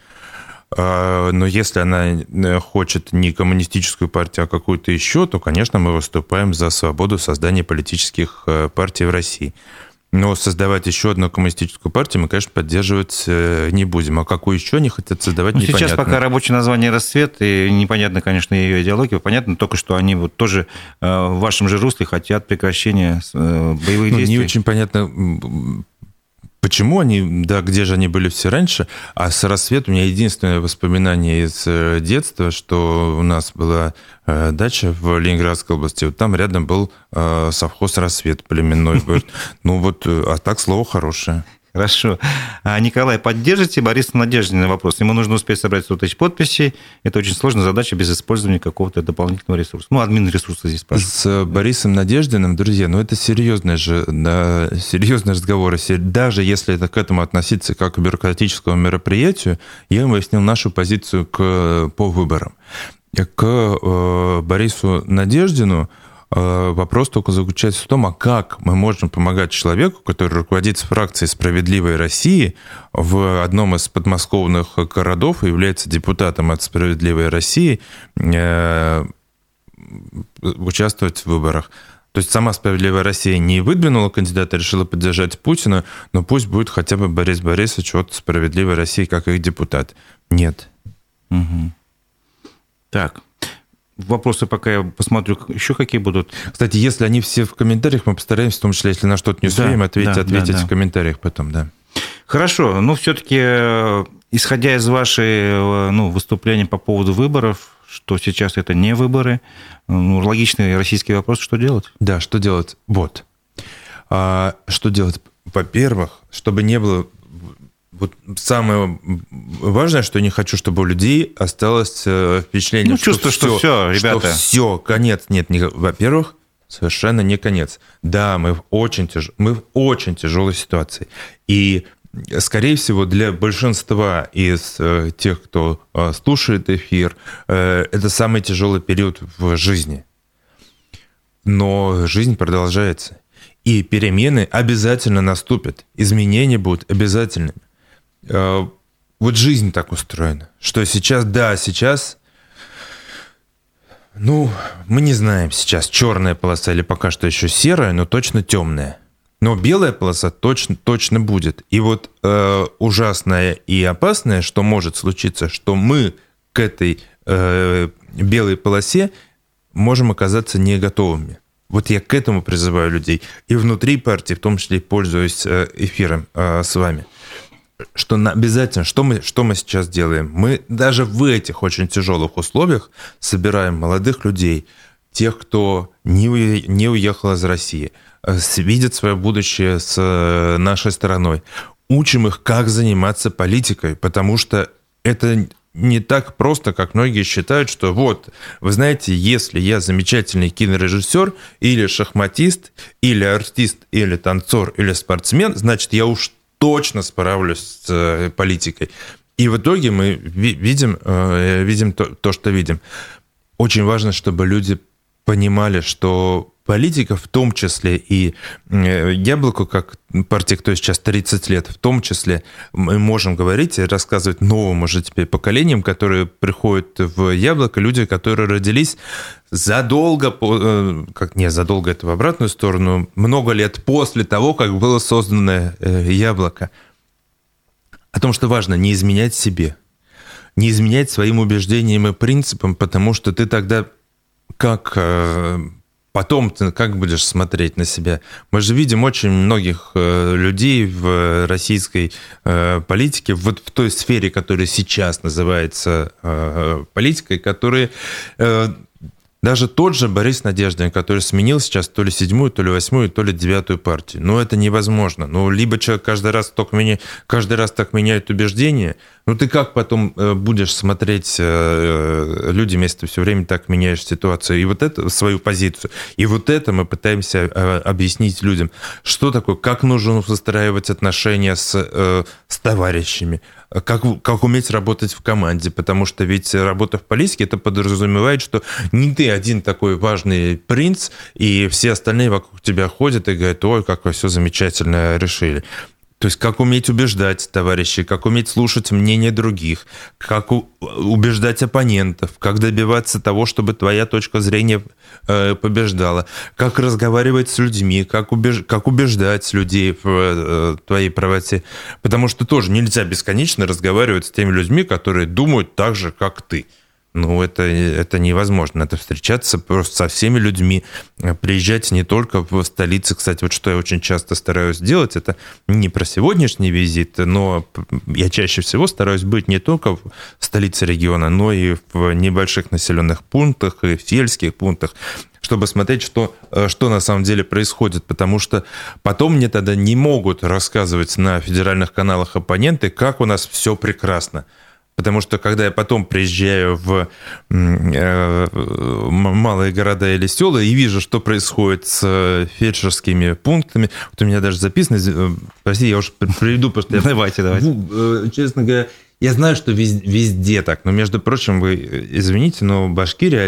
Но если она хочет не коммунистическую партию, а какую-то еще, то, конечно, мы выступаем за свободу создания политических партий в России. Но создавать еще одну коммунистическую партию мы, конечно, поддерживать не будем. А какую еще они хотят создавать, непонятно. Сейчас пока рабочее название «Расцвет», и непонятно, конечно, ее идеология. Понятно только, что они вот тоже в вашем же русле хотят прекращения боевых действий. Не очень понятно, почему они, где же они были все раньше. А с «Рассвет» у меня единственное воспоминание из детства, что у нас была дача в Ленинградской области. Вот там рядом был совхоз «Рассвет» племенной. А так слово хорошее. Хорошо. Николай, поддержите Бориса Надеждина вопрос? Ему нужно успеть собрать 100 тысяч подписей. Это очень сложная задача без использования какого-то дополнительного ресурса. Админ ресурса здесь спрашивает. С Борисом Надеждиным, друзья, это серьезный разговор. Даже если это к этому относиться как к бюрократическому мероприятию, я ему объяснил нашу позицию по выборам. К Борису Надеждину вопрос только заключается в том, как мы можем помогать человеку, который руководит фракцией «Справедливой России» в одном из подмосковных городов и является депутатом от «Справедливой России», участвовать в выборах. То есть сама «Справедливая Россия» не выдвинула кандидата, решила поддержать Путина, но пусть будет хотя бы Борис Борисович от «Справедливой России» как их депутат. Нет. Угу. Так. Вопросы пока я посмотрю, еще какие будут. Кстати, если они все в комментариях, мы постараемся, в том числе, если на что-то не успеем, ответить в комментариях потом, да. Хорошо, все-таки, исходя из вашей выступления по поводу выборов, что сейчас это не выборы, логичный российский вопрос, что делать? Да, что делать? Что делать? Во-первых, чтобы не было... самое важное, что я не хочу, чтобы у людей осталось впечатление, чувство, что все, ребята. Что все, конец. Нет, во-первых, совершенно не конец. Да, мы в очень тяжелой ситуации. И, скорее всего, для большинства из тех, кто слушает эфир, это самый тяжелый период в жизни. Но жизнь продолжается. И перемены обязательно наступят. Изменения будут обязательными. Вот жизнь так устроена, что сейчас, мы не знаем сейчас, черная полоса или пока что еще серая, но точно темная. Но белая полоса точно будет. И вот ужасное и опасное, что может случиться, что мы к этой белой полосе можем оказаться не готовыми. Вот я к этому призываю людей. И внутри партии, в том числе, пользуюсь эфиром с вами. Что обязательно, что мы сейчас делаем? Мы даже в этих очень тяжелых условиях собираем молодых людей, тех, кто не уехал из России, видят свое будущее с нашей стороной. Учим их, как заниматься политикой, потому что это не так просто, как многие считают, что вот, вы знаете, если я замечательный кинорежиссер или шахматист, или артист, или танцор, или спортсмен, значит, я уж точно справлюсь с политикой. И в итоге мы видим то, что видим. Очень важно, чтобы люди понимали, что политика, в том числе и «Яблоко», как партия, кто сейчас 30 лет, в том числе мы можем говорить и рассказывать новым уже теперь поколениям, которые приходят в «Яблоко», люди, которые родились задолго это в обратную сторону, много лет после того, как было создано «Яблоко». О том, что важно не изменять себе, не изменять своим убеждениям и принципам, потому что ты тогда потом ты как будешь смотреть на себя? Мы же видим очень многих людей в российской политике, вот в той сфере, которая сейчас называется политикой, которые... Даже тот же Борис Надеждин, который сменил сейчас то ли 7-ю, то ли 8-ю, то ли 9-ю партию. Это невозможно. Либо человек каждый раз так меняет убеждения, ты как потом будешь смотреть людям, если ты все время так меняешь ситуацию, и вот это, свою позицию. И вот это мы пытаемся объяснить людям, что такое, как нужно выстраивать отношения с товарищами, как уметь работать в команде, потому что ведь работа в политике, это подразумевает, что не ты один такой важный принц, и все остальные вокруг тебя ходят и говорят: ой, как вы все замечательно решили. То есть как уметь убеждать товарищей, как уметь слушать мнение других, как убеждать оппонентов, как добиваться того, чтобы твоя точка зрения побеждала, как разговаривать с людьми, как убеждать людей в твоей правоте. Потому что тоже нельзя бесконечно разговаривать с теми людьми, которые думают так же, как ты. Это невозможно. Надо встречаться просто со всеми людьми, приезжать не только в столицы. Кстати, вот что я очень часто стараюсь делать, это не про сегодняшний визит, но я чаще всего стараюсь быть не только в столице региона, но и в небольших населенных пунктах и в сельских пунктах, чтобы смотреть, что на самом деле происходит, потому что потом мне тогда не могут рассказывать на федеральных каналах оппоненты, как у нас все прекрасно. Потому что, когда я потом приезжаю в малые города или села и вижу, что происходит с фельдшерскими пунктами, вот у меня даже записано, прости, я уже приведу, просто... Давайте. Честно говоря, я знаю, что везде так, но, между прочим, вы извините, но Башкирия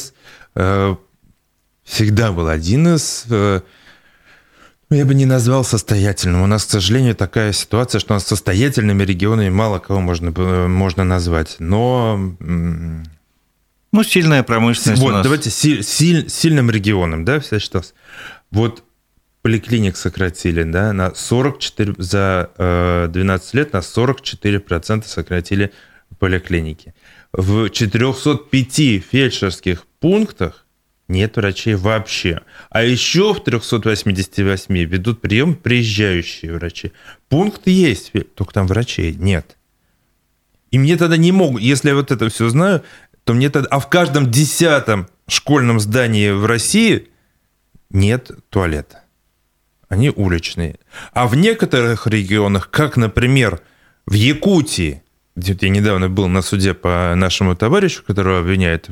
всегда был один из... Я бы не назвал состоятельным. У нас, к сожалению, такая ситуация, что у нас состоятельными регионами мало кого можно назвать. Но... сильная промышленность у нас. Давайте сильным регионом, да, все считался. Вот поликлиник сократили, да, на 44... За 12 лет на 44% сократили поликлиники. В 405 фельдшерских пунктах нет врачей вообще. А еще в 388 ведут прием приезжающие врачи. Пункт есть, только там врачей нет. И мне тогда не могут, если я вот это все знаю, то мне тогда... А в каждом 10-м школьном здании в России нет туалета. Они уличные. А в некоторых регионах, как, например, в Якутии, Я недавно был на суде по нашему товарищу, которого обвиняют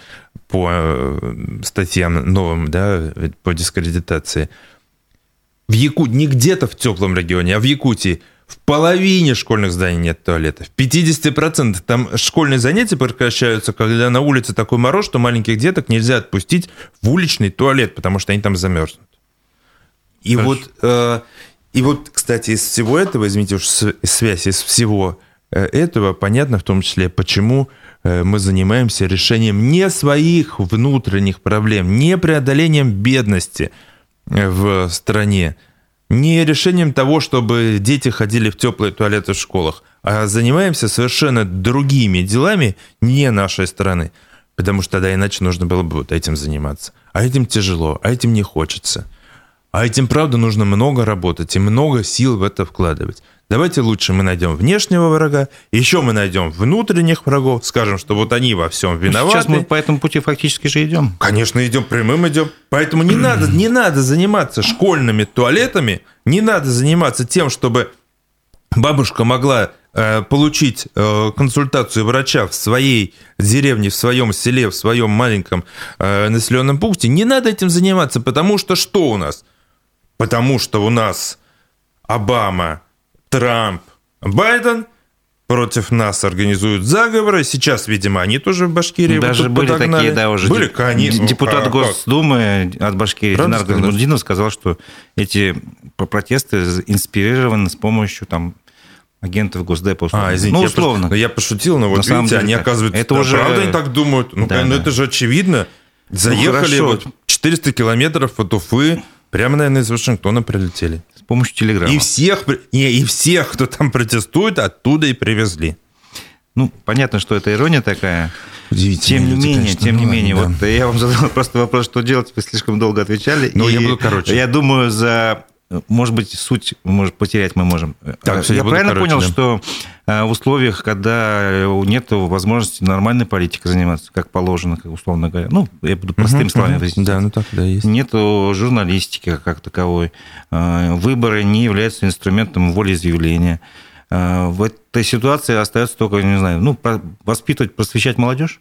по статьям новым, да, по дискредитации. Не где-то в теплом регионе, а в Якутии в половине школьных зданий нет туалетов. В 50% там школьные занятия прекращаются, когда на улице такой мороз, что маленьких деток нельзя отпустить в уличный туалет, потому что они там замерзнут. И вот, кстати, из всего этого, извините уж, связь из всего этого, понятно в том числе, почему мы занимаемся решением не своих внутренних проблем, не преодолением бедности в стране, не решением того, чтобы дети ходили в теплые туалеты в школах, а занимаемся совершенно другими делами не нашей страны, потому что тогда иначе нужно было бы вот этим заниматься. А этим тяжело, а этим не хочется. А этим, правда, нужно много работать и много сил в это вкладывать. Давайте лучше мы найдем внешнего врага, еще мы найдем внутренних врагов, скажем, что вот они во всем виноваты. Сейчас мы по этому пути фактически же идем. Конечно, идем прямым, идем. Поэтому не надо заниматься школьными туалетами, не надо заниматься тем, чтобы бабушка могла получить консультацию врача в своей деревне, в своем селе, в своем маленьком населенном пункте. Не надо этим заниматься, потому что что у нас? Потому что у нас Обама, Трамп, Байден против нас организуют заговоры. Сейчас, видимо, они тоже в Башкирии. Даже были подогнали. Такие, да, уже. Были, конечно. Депутат Госдумы от Башкирии Динар Газмудинов сказал, что эти протесты инспирированы с помощью там агентов Госдепа. Извините, условно. Я пошутил, но вот видите, они оказываются... Это уже... Правда, они так думают. Это же очевидно. Заехали 400 километров от Уфы, прямо, наверное, из Вашингтона прилетели. С помощью телеграмма. И всех, кто там протестует, оттуда и привезли. Понятно, что это ирония такая. Удивительно. Тем не менее, да. Вот я вам задал просто вопрос, что делать, вы слишком долго отвечали. Я буду короче. Я думаю, может быть, суть потерять мы можем. Так, я правильно понял, что в условиях, когда нет возможности нормальной политикой заниматься, как положено, условно говоря, я буду простыми словами объяснять. Да, так да, есть. Нету журналистики как таковой. Выборы не являются инструментом волеизъявления. В этой ситуации остается только, не знаю, воспитывать, просвещать молодежь?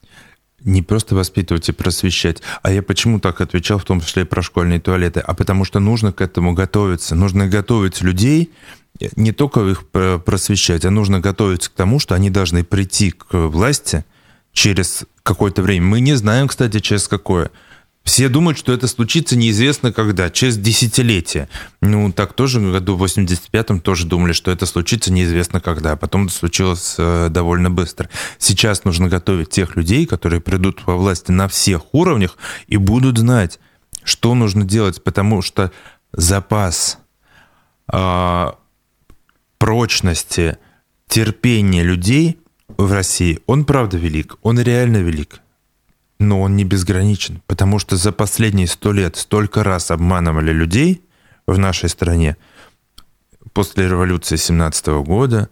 Не просто воспитывать и просвещать. А я почему так отвечал, в том числе и про школьные туалеты? А потому что нужно к этому готовиться. Нужно готовить людей, не только их просвещать, а нужно готовиться к тому, что они должны прийти к власти через какое-то время. Мы не знаем, кстати, через какое. Все думают, что это случится неизвестно когда, через десятилетия. Так тоже в году 85-м тоже думали, что это случится неизвестно когда, а потом это случилось довольно быстро. Сейчас нужно готовить тех людей, которые придут во власти на всех уровнях и будут знать, что нужно делать, потому что запас прочности, терпения людей в России, он правда велик, он реально велик. Но он не безграничен, потому что за последние 100 лет столько раз обманывали людей в нашей стране. После революции 17 года,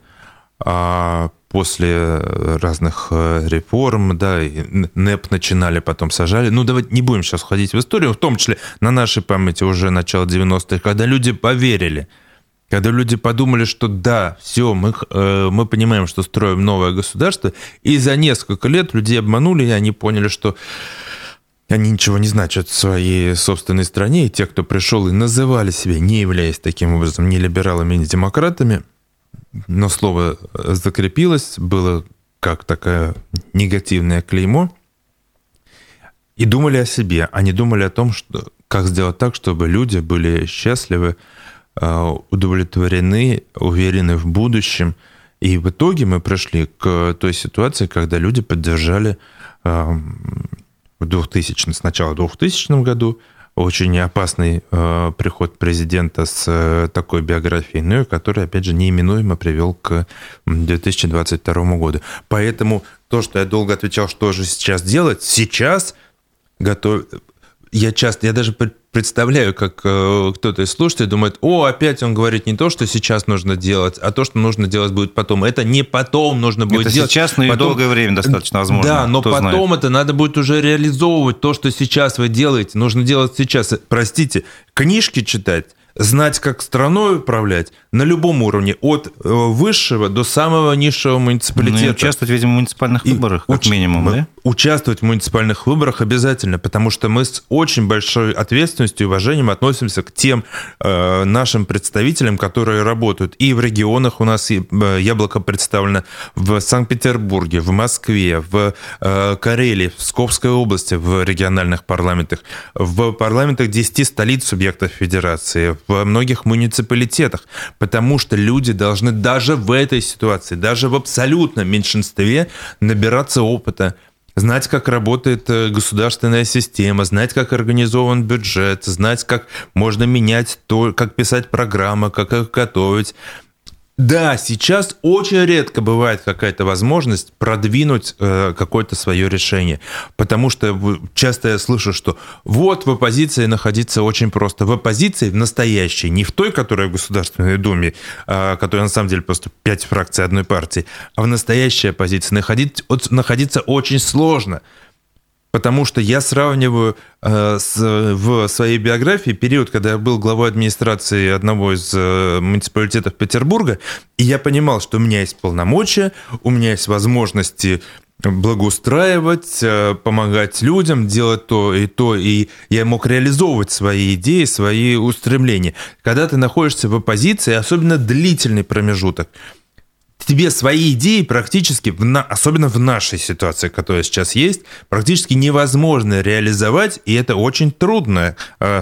после разных реформ, да, и НЭП начинали, потом сажали. Давайте не будем сейчас ходить в историю, в том числе на нашей памяти уже начало 90-х, когда люди поверили, когда люди подумали, что да, все, мы понимаем, что строим новое государство, и за несколько лет людей обманули, и они поняли, что они ничего не значат в своей собственной стране, и те, кто пришел и называли себя, не являясь таким образом ни либералами, ни демократами, но слово закрепилось, было как такое негативное клеймо, и думали о себе, они думали о том, что, как сделать так, чтобы люди были счастливы, удовлетворены, уверены в будущем. И в итоге мы пришли к той ситуации, когда люди поддержали сначала в 2000 году очень опасный приход президента с такой биографией, но и который, опять же, неименуемо привел к 2022 году. Поэтому то, что я долго отвечал, что же сейчас делать, сейчас я даже представляю, как кто-то из слушателей думает, опять он говорит не то, что сейчас нужно делать, а то, что нужно делать будет потом. Это не потом нужно будет делать. Это сейчас, но и долгое время достаточно возможно. Да, но потом знает. Это надо будет уже реализовывать. То, что сейчас вы делаете, нужно делать сейчас. Простите, книжки читать, знать, как страной управлять, на любом уровне, от высшего до самого низшего муниципалитета. Ну, и участвовать, видимо, в муниципальных выборах, как минимум, да? Участвовать в муниципальных выборах обязательно, потому что мы с очень большой ответственностью и уважением относимся к тем нашим представителям, которые работают. И в регионах у нас Яблоко представлено в Санкт-Петербурге, в Москве, в Карелии, в Псковской области, в региональных парламентах, в парламентах 10 столиц субъектов федерации, в многих муниципалитетах, потому что люди должны даже в этой ситуации, даже в абсолютном меньшинстве набираться опыта, знать, как работает государственная система, знать, как организован бюджет, знать, как можно менять то, как писать программы, как их готовить. Да, сейчас очень редко бывает какая-то возможность продвинуть какое-то свое решение, потому что часто я слышу, что вот в оппозиции находиться очень просто. В оппозиции, в настоящей, не в той, которая в Государственной Думе, которая на самом деле просто 5 фракций одной партии, а в настоящей оппозиции находиться очень сложно. Потому что я сравниваю в своей биографии период, когда я был главой администрации одного из муниципалитетов Петербурга, и я понимал, что у меня есть полномочия, у меня есть возможности благоустраивать, помогать людям, делать то, и я мог реализовывать свои идеи, свои устремления. Когда ты находишься в оппозиции, особенно длительный промежуток, тебе свои идеи практически, особенно в нашей ситуации, которая сейчас есть, практически невозможно реализовать, и это очень трудное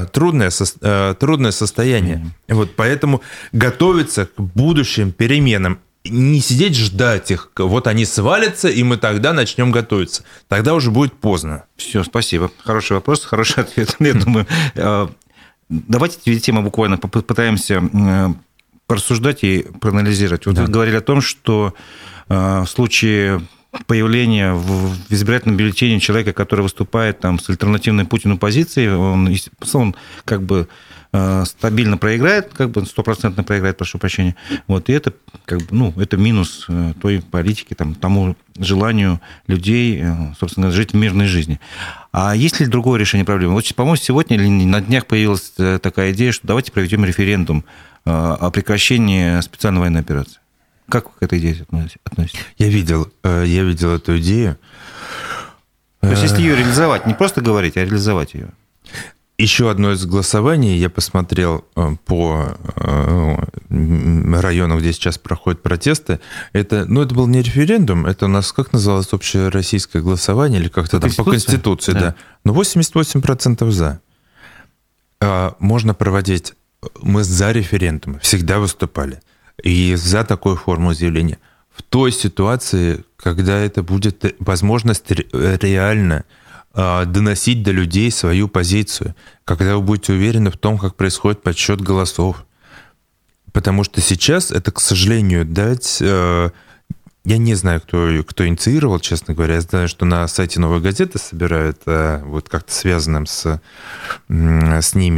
состояние. Вот поэтому готовиться к будущим переменам, не сидеть ждать их, вот они свалятся, и мы тогда начнем готовиться. Тогда уже будет поздно. Все, спасибо. Хороший вопрос, хороший ответ. Я думаю, давайте эти темы буквально попытаемся порассуждать и проанализировать. Вот вы говорили о том, что в случае появления в избирательном бюллетене человека, который выступает там с альтернативной Путину позицией, он как бы стабильно проиграет, как бы 100% проиграет, прошу прощения. Вот, и это, как бы, это минус той политики, тому желанию людей, собственно, жить в мирной жизни. А есть ли другое решение проблемы? Вот, по-моему, сегодня или на днях появилась такая идея, что давайте проведем референдум о прекращении специальной военной операции. Как вы к этой идее относитесь? Я видел эту идею. То есть, если ее реализовать, не просто говорить, а реализовать ее. Еще одно из голосований, я посмотрел по району, где сейчас проходят протесты. Это был не референдум, это у нас, как называлось, общероссийское голосование, или как-то там по Конституции, да. Но 88% за. Можно проводить... Мы за референдум, всегда выступали. И за такую форму заявления. В той ситуации, когда это будет возможность реально доносить до людей свою позицию, когда вы будете уверены в том, как происходит подсчет голосов. Потому что сейчас это, к сожалению, я не знаю, кто инициировал, честно говоря. Я знаю, что на сайте «Новой газеты» собирают, вот как-то связанным с ними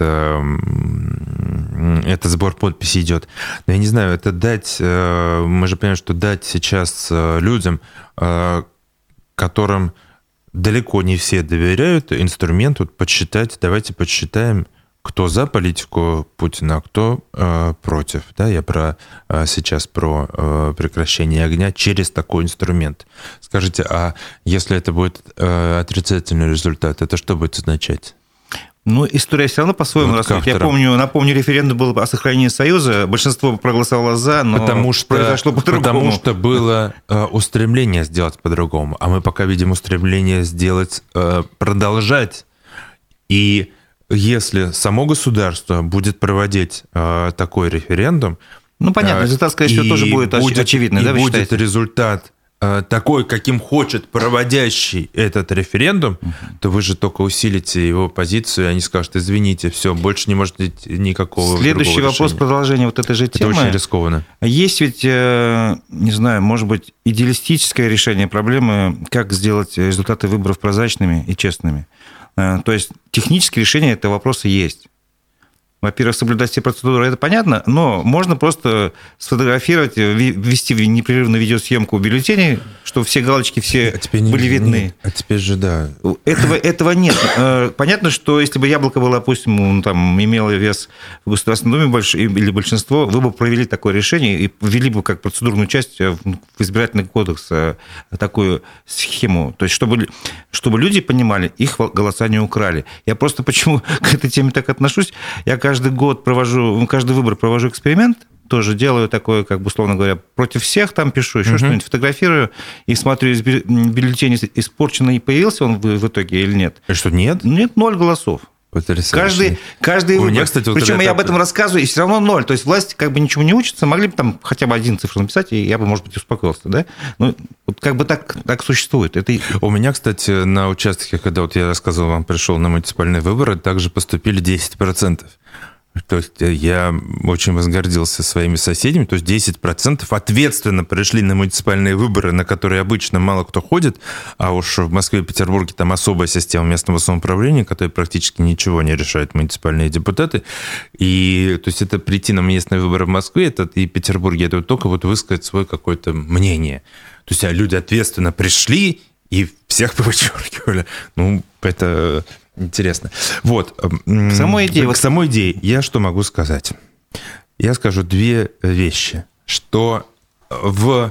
этот сбор подписей идет. Но я не знаю, это мы же понимаем, что дать сейчас людям, которым далеко не все доверяют, инструмент подсчитать, давайте подсчитаем, кто за политику Путина, а кто против. Да, я сейчас про прекращение огня через такой инструмент. Скажите, а если это будет отрицательный результат, это что будет означать? История все равно по-своему растет. Я напомню, референдум был о сохранении Союза, большинство проголосовало за, но произошло по-другому. Потому что было устремление сделать по-другому, а мы пока видим устремление продолжать. И если само государство будет проводить такой референдум... понятно, результат, скорее всего, тоже будет очевидный, да, вы считаете? Будет результат такой, каким хочет проводящий этот референдум, то вы же только усилите его позицию, и они скажут: извините, все, больше не может быть никакого Следующий вопрос, продолжение вот этой же темы. Это очень рискованно. Есть ведь, не знаю, может быть, идеалистическое решение проблемы, как сделать результаты выборов прозрачными и честными. То есть технические решения этого вопроса есть. Во-первых, соблюдать все процедуры, это понятно, но можно просто сфотографировать, ввести непрерывную видеосъемку бюллетеней, чтобы все галочки все были видны. А теперь же, да. Этого нет. Понятно, что если бы яблоко было, допустим, там, имело вес в Государственной Думе или большинство, вы бы провели такое решение и ввели бы как процедурную часть в избирательный кодекс такую схему. То есть, чтобы люди понимали, их голоса не украли. Я просто почему к этой теме так отношусь, я каждый выбор провожу эксперимент, тоже делаю такое, как бы, условно говоря, против всех там пишу, еще что-нибудь фотографирую и смотрю, бюллетень испорченный, появился он в итоге или нет. И что, нет? Нет, 0 голосов. Потрясающе. Каждый У выбор. меня, кстати, вот Причем я об этом рассказываю, и все равно 0. То есть власть как бы ничему не учится, могли бы там хотя бы один цифру написать, и я бы, может быть, успокоился, да? Ну, вот как бы так существует. У меня, кстати, на участке, когда вот я рассказывал вам, пришел на муниципальные выборы, также поступили 10%. То есть я очень возгордился своими соседями, то есть 10% ответственно пришли на муниципальные выборы, на которые обычно мало кто ходит, а уж в Москве и Петербурге там особая система местного самоуправления, которая практически ничего не решает муниципальные депутаты. И то есть это прийти на местные выборы в Москве и Петербурге, это только вот высказать свое какое-то мнение. То есть люди ответственно пришли и всех повычеркивали. Ну, это... Интересно. Вот. К самой идее я что могу сказать? Я скажу две вещи. Что в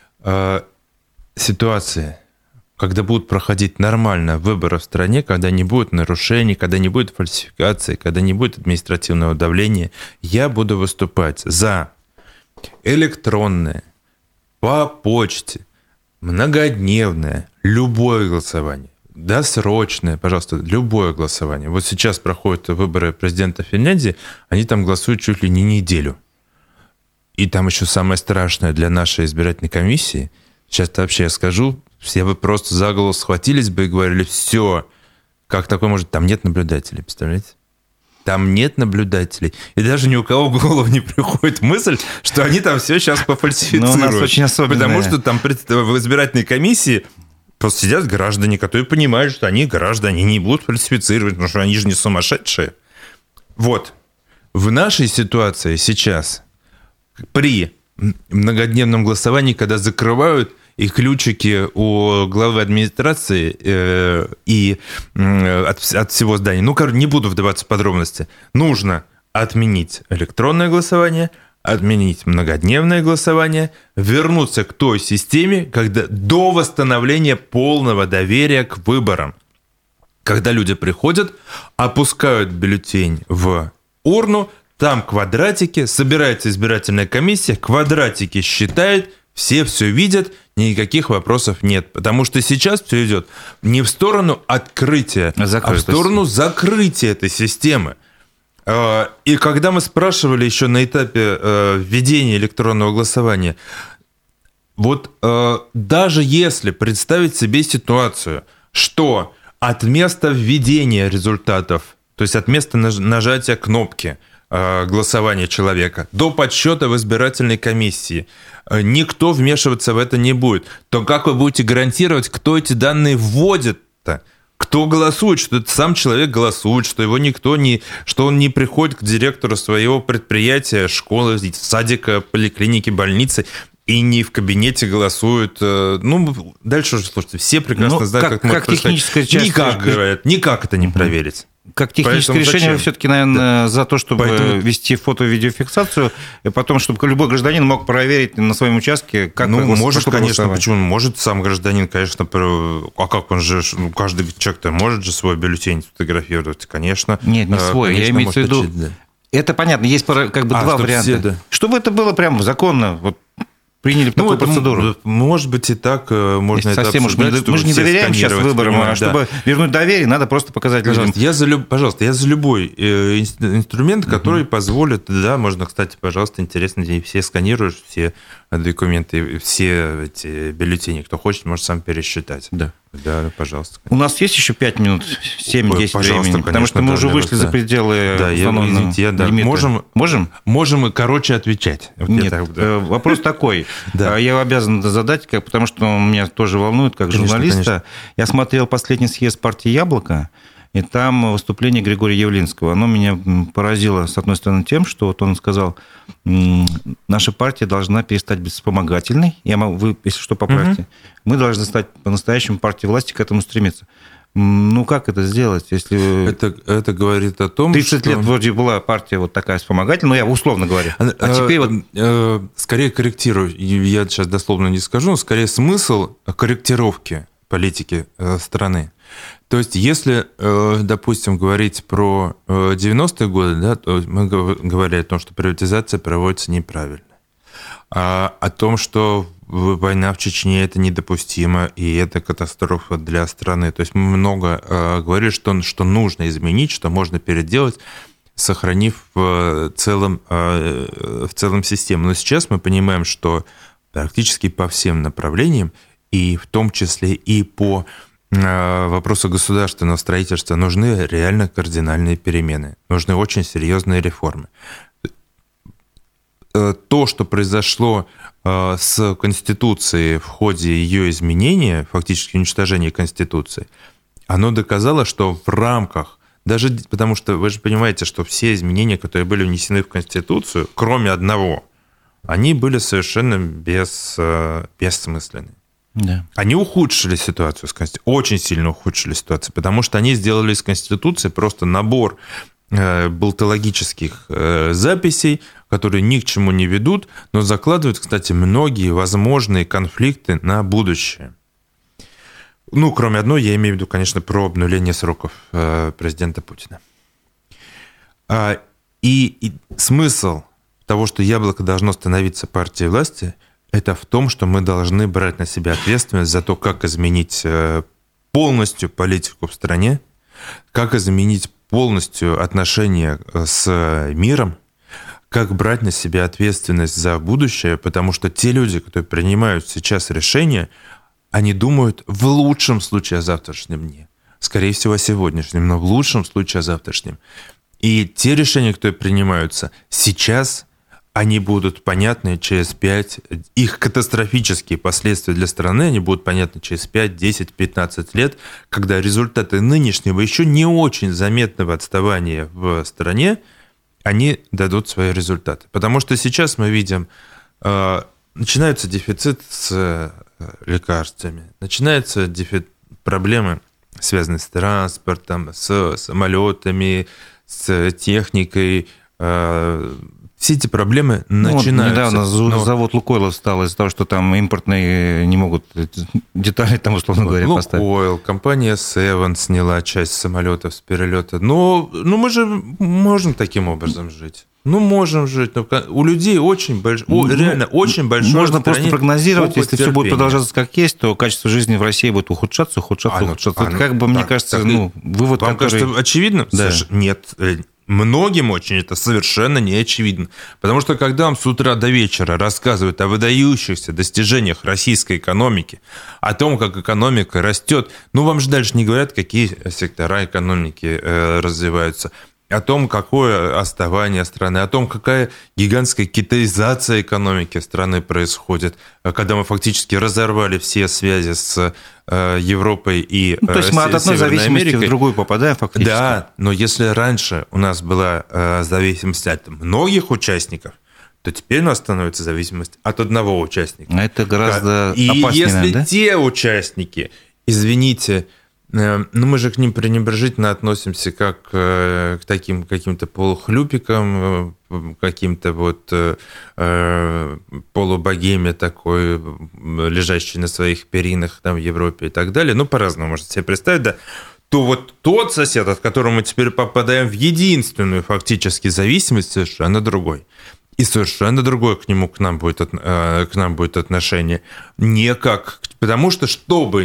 ситуации, когда будут проходить нормально выборы в стране, когда не будет нарушений, когда не будет фальсификации, когда не будет административного давления, я буду выступать за электронное, по почте, многодневное, любое голосование. Досрочное, пожалуйста, любое голосование. Вот сейчас проходят выборы президента Финляндии, они там голосуют чуть ли не неделю. И там еще самое страшное для нашей избирательной комиссии, сейчас вообще я скажу, все бы просто за голову схватились бы и говорили, все, как такое может, там нет наблюдателей, представляете? Там нет наблюдателей. И даже ни у кого в голову не приходит мысль, что они там все сейчас пофальсифицируют. Но у нас очень особенное. Потому что там в избирательной комиссии просто сидят граждане, которые понимают, что они граждане, не будут фальсифицировать, потому что они же не сумасшедшие. Вот. В нашей ситуации сейчас, при многодневном голосовании, когда закрывают и ключики у главы администрации и от всего здания, не буду вдаваться в подробности, нужно отменить электронное голосование, отменить многодневное голосование, вернуться к той системе, когда до восстановления полного доверия к выборам. Когда люди приходят, опускают бюллетень в урну, там квадратики, собирается избирательная комиссия, квадратики считает, все видят, никаких вопросов нет. Потому что сейчас все идет не в сторону открытия, а в сторону закрытия этой системы. И когда мы спрашивали еще на этапе введения электронного голосования, вот даже если представить себе ситуацию, что от места введения результатов, то есть от места нажатия кнопки голосования человека до подсчета в избирательной комиссии никто вмешиваться в это не будет, то как вы будете гарантировать, кто эти данные вводит-то? Кто голосует, что это сам человек голосует, что его что он не приходит к директору своего предприятия, школы, садика, поликлиники, больницы и не в кабинете голосует. Ну, дальше уже, слушайте, все прекрасно знают, как техническая часть. Никак это не проверить. Как техническое решение, вы все-таки, наверное, за то, чтобы вести фото-видеофиксацию, и потом, чтобы любой гражданин мог проверить на своем участке, как может, конечно, почему? Может сам гражданин, конечно, а как он же, каждый человек-то может же свой бюллетень сфотографировать, конечно. Нет, не свой, конечно, я имею в виду... Это понятно, есть как бы два варианта. Чтобы это было прям законно, вот приняли такую процедуру. Может быть, и так можно это обсуждать. Мы же не доверяем сейчас выборам, а чтобы вернуть доверие, надо просто показать людям. Пожалуйста, я за любой инструмент, который позволит, да, можно, кстати, пожалуйста, интересно, все сканируешь, все документы, все эти бюллетени, кто хочет, может сам пересчитать. Да, пожалуйста. У нас есть еще 5 минут, 7-10 времени, потому что мы уже вышли за пределы лимита. Можем и короче отвечать. Нет, вопрос такой. Я его обязан задать, потому что меня тоже волнует, как журналиста. Я смотрел последний съезд партии «Яблоко», и там выступление Григория Явлинского. Оно меня поразило, с одной стороны, тем, что вот он сказал, наша партия должна перестать быть вспомогательной. Вы, если что, поправьте. Мы должны стать по-настоящему партией власти, к этому стремиться. Ну, как это сделать, если... Это говорит о том, 30 лет вроде была партия вот такая вспомогательная, ну, я условно говорю. А теперь вот... Скорее корректирую, я сейчас дословно не скажу, но скорее смысл корректировки политики страны. То есть, если, допустим, говорить про 90-е годы, да, то мы говорили о том, что приватизация проводится неправильно. О том, что война в Чечне – это недопустимо, и это катастрофа для страны. То есть мы много говорили, что нужно изменить, что можно переделать, сохранив в целом систему. Но сейчас мы понимаем, что практически по всем направлениям, и в том числе и по вопросу государственного строительства, нужны реально кардинальные перемены, нужны очень серьезные реформы. То, что произошло с Конституцией в ходе ее изменения, фактически уничтожения Конституции, оно доказало, что в рамках, даже потому что вы же понимаете, что все изменения, которые были внесены в Конституцию, кроме одного, они были совершенно бессмысленны. Да. Они ухудшили ситуацию с Конституцией, очень сильно ухудшили ситуацию, потому что они сделали из Конституции просто набор болтологических записей, которые ни к чему не ведут, но закладывают, кстати, многие возможные конфликты на будущее. Ну, кроме одной, я имею в виду, конечно, про обнуление сроков президента Путина. И смысл того, что Яблоко должно становиться партией власти, это в том, что мы должны брать на себя ответственность за то, как изменить полностью политику в стране, как изменить полностью отношения с миром, как брать на себя ответственность за будущее, потому что те люди, которые принимают сейчас решения, они думают в лучшем случае о завтрашнем дне. Скорее всего, о сегодняшнем, но в лучшем случае о завтрашнем. И те решения, которые принимаются сейчас, они будут понятны через 5, их катастрофические последствия для страны, они будут понятны через 5, 10, 15 лет, когда результаты нынешнего еще не очень заметного отставания в стране, они дадут свои результаты. Потому что сейчас мы видим, начинается дефицит с лекарствами, начинаются проблемы, связанные с транспортом, с самолетами, с техникой. Все эти проблемы начинаются. Недавно завод «Лукойл» встал из-за того, что там импортные не могут детали, там, условно говоря, поставить. «Лукойл», компания «Севен» сняла часть самолетов с перелета. Но мы же можем таким образом жить. Можем жить. У людей реально очень большое. Можно просто прогнозировать, если все будет продолжаться как есть, то качество жизни в России будет ухудшаться. Мне кажется, вывод, вам кажется очевидным? Да. Нет. Многим очень это совершенно не очевидно. Потому что когда вам с утра до вечера рассказывают о выдающихся достижениях российской экономики, о том, как экономика растет, вам же дальше не говорят, какие сектора экономики развиваются, о том, какое отставание страны, о том, какая гигантская китаизация экономики страны происходит, когда мы фактически разорвали все связи с Европой и то есть мы от одной зависимости в другую попадаем фактически. Да, но если раньше у нас была зависимость от многих участников, то теперь у нас становится зависимость от одного участника. Это гораздо опаснее. И если те участники, извините, мы же к ним пренебрежительно относимся как к таким каким-то полухлюпикам, каким-то полубогеме такой, лежащей на своих перинах там в Европе и так далее, по-разному можно себе представить, да, то тот сосед, от которого мы теперь попадаем в единственную фактически зависимость, совершенно другой. И совершенно другое к нам будет отношение. Потому что, чтобы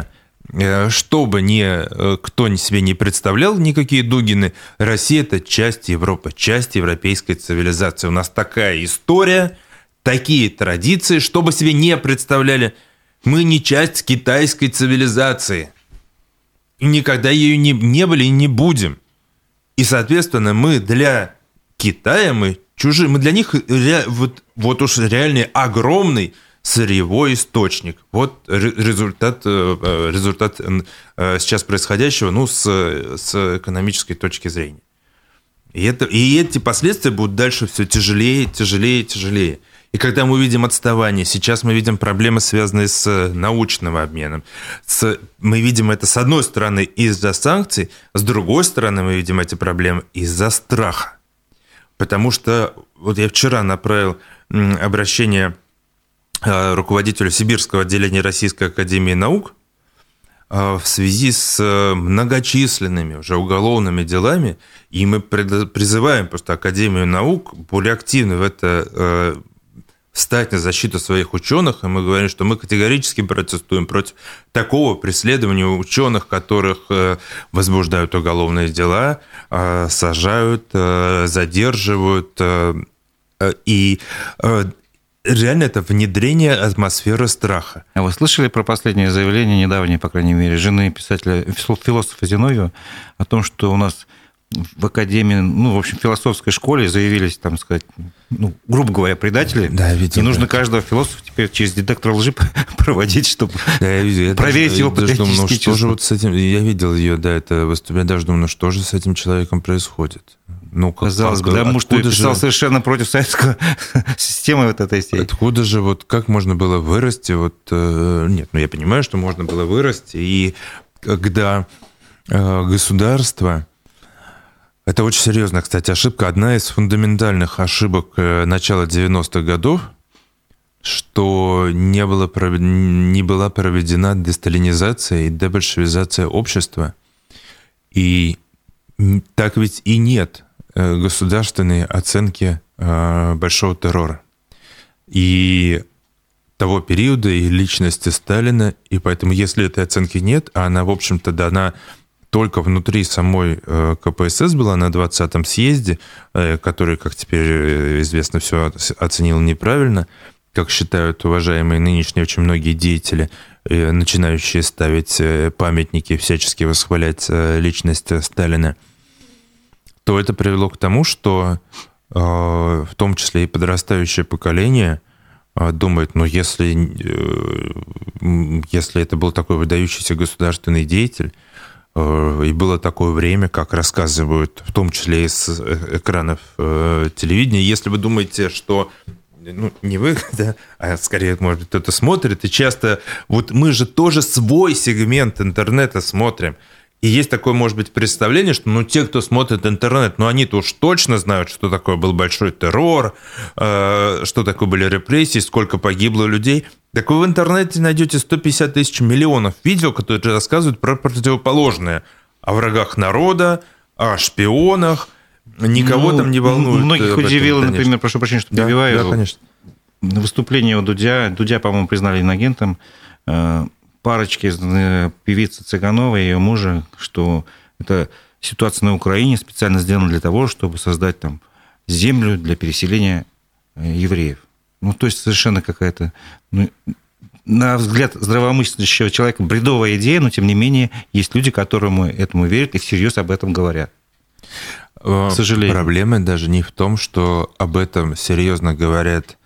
кто себе не представлял никакие Дугины, Россия – это часть Европы, часть европейской цивилизации. У нас такая история, такие традиции, что бы себе не представляли. Мы не часть китайской цивилизации. И никогда ею не были и не будем. И, соответственно, мы для Китая, мы чужие, мы для них уж реальный огромный сырьевой источник. Вот результат сейчас происходящего, с экономической точки зрения. И эти последствия будут дальше все тяжелее, тяжелее, тяжелее. И когда мы видим отставание, сейчас мы видим проблемы, связанные с научным обменом. Мы видим это, с одной стороны, из-за санкций, с другой стороны, мы видим эти проблемы из-за страха. Потому что вот я вчера направил обращение руководителю Сибирского отделения Российской академии наук в связи с многочисленными уже уголовными делами, и мы призываем просто Академию наук более активно в это встать на защиту своих ученых, и мы говорим, что мы категорически протестуем против такого преследования ученых, которых возбуждают уголовные дела, сажают, задерживают, и реально это внедрение атмосферы страха. А вы слышали про последнее заявление, недавнее, по крайней мере, жены писателя, философа Зиновьева, о том, что у нас в академии, в общем, в философской школе заявились, там сказать, грубо говоря, предатели. Да, видел, и нужно каждого философа теперь через детектор лжи проводить, чтобы проверить его патриотические чувства. Что же вот с этим... Я видел ее, это выступление, даже думаю, что же с этим человеком происходит? Казалось бы, муж писал совершенно против советской системы вот этой всей. Откуда же, как можно было вырасти? Нет, я понимаю, что можно было вырасти, и когда государство... Это очень серьезная, кстати, ошибка. Одна из фундаментальных ошибок начала 90-х годов, что не была проведена десталинизация и дебольшевизация общества. И так ведь и нет государственной оценки большого террора. И того периода, и личности Сталина. И поэтому, если этой оценки нет, а она, в общем-то, дана... только внутри самой КПСС была на 20-м съезде, который, как теперь известно, все оценил неправильно, как считают уважаемые нынешние очень многие деятели, начинающие ставить памятники, всячески восхвалять личность Сталина, то это привело к тому, что в том числе и подрастающее поколение думает, если это был такой выдающийся государственный деятель, и было такое время, как рассказывают, в том числе и с экранов телевидения. Если вы думаете, что не вы, а скорее, может быть, кто-то смотрит, и часто мы же тоже свой сегмент интернета смотрим. И есть такое, может быть, представление, что те, кто смотрит интернет, они-то уж точно знают, что такое был большой террор, что такое были репрессии, сколько погибло людей. Так вы в интернете найдете 150 тысяч миллионов видео, которые рассказывают про противоположное. О врагах народа, о шпионах. Никого там не волнует. Многих удивило, например, прошу прощения, что перебиваю. Да, конечно. Выступление у Дудя, по-моему, признали иноагентом, парочки певицы Цыгановой и ее мужа, что эта ситуация на Украине специально сделана для того, чтобы создать там землю для переселения евреев. То есть совершенно какая-то, на взгляд здравомыслящего человека, бредовая идея, но тем не менее есть люди, которые этому верят и всерьез об этом говорят. К сожалению. Проблема даже не в том, что об этом серьезно говорят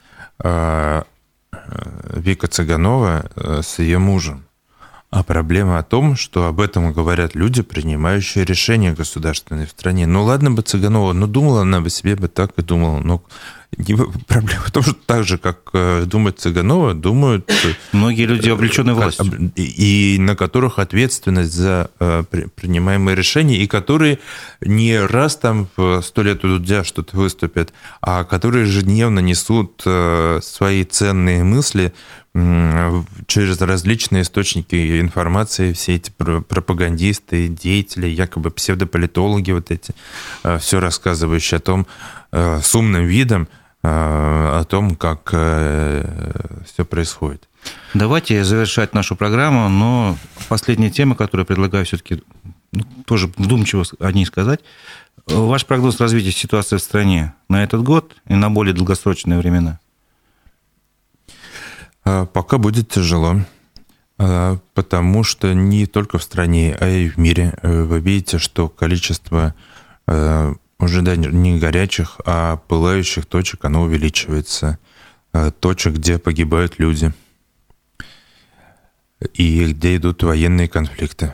Вика Цыганова с ее мужем. А проблема о том, что об этом говорят люди, принимающие решения государственные в стране. Ладно бы Цыганова, думала она бы себе так и думала. Но проблема в том, что так же, как думает Цыганова, думают... Многие люди, облеченные властью. И на которых ответственность за принимаемые решения, и которые не раз там в 100 лет у Дудя что-то выступят, а которые ежедневно несут свои ценные мысли через различные источники информации, все эти пропагандисты, деятели, якобы псевдополитологи все рассказывающие о том, с умным видом, о том, как все происходит. Давайте завершать нашу программу, но последняя тема, которую я предлагаю все-таки тоже вдумчиво о ней сказать. Ваш прогноз развития ситуации в стране на этот год и на более долгосрочные времена? Пока будет тяжело, потому что не только в стране, а и в мире вы видите, что количество уже не горячих, а пылающих точек, оно увеличивается. точек, где погибают люди и где идут военные конфликты.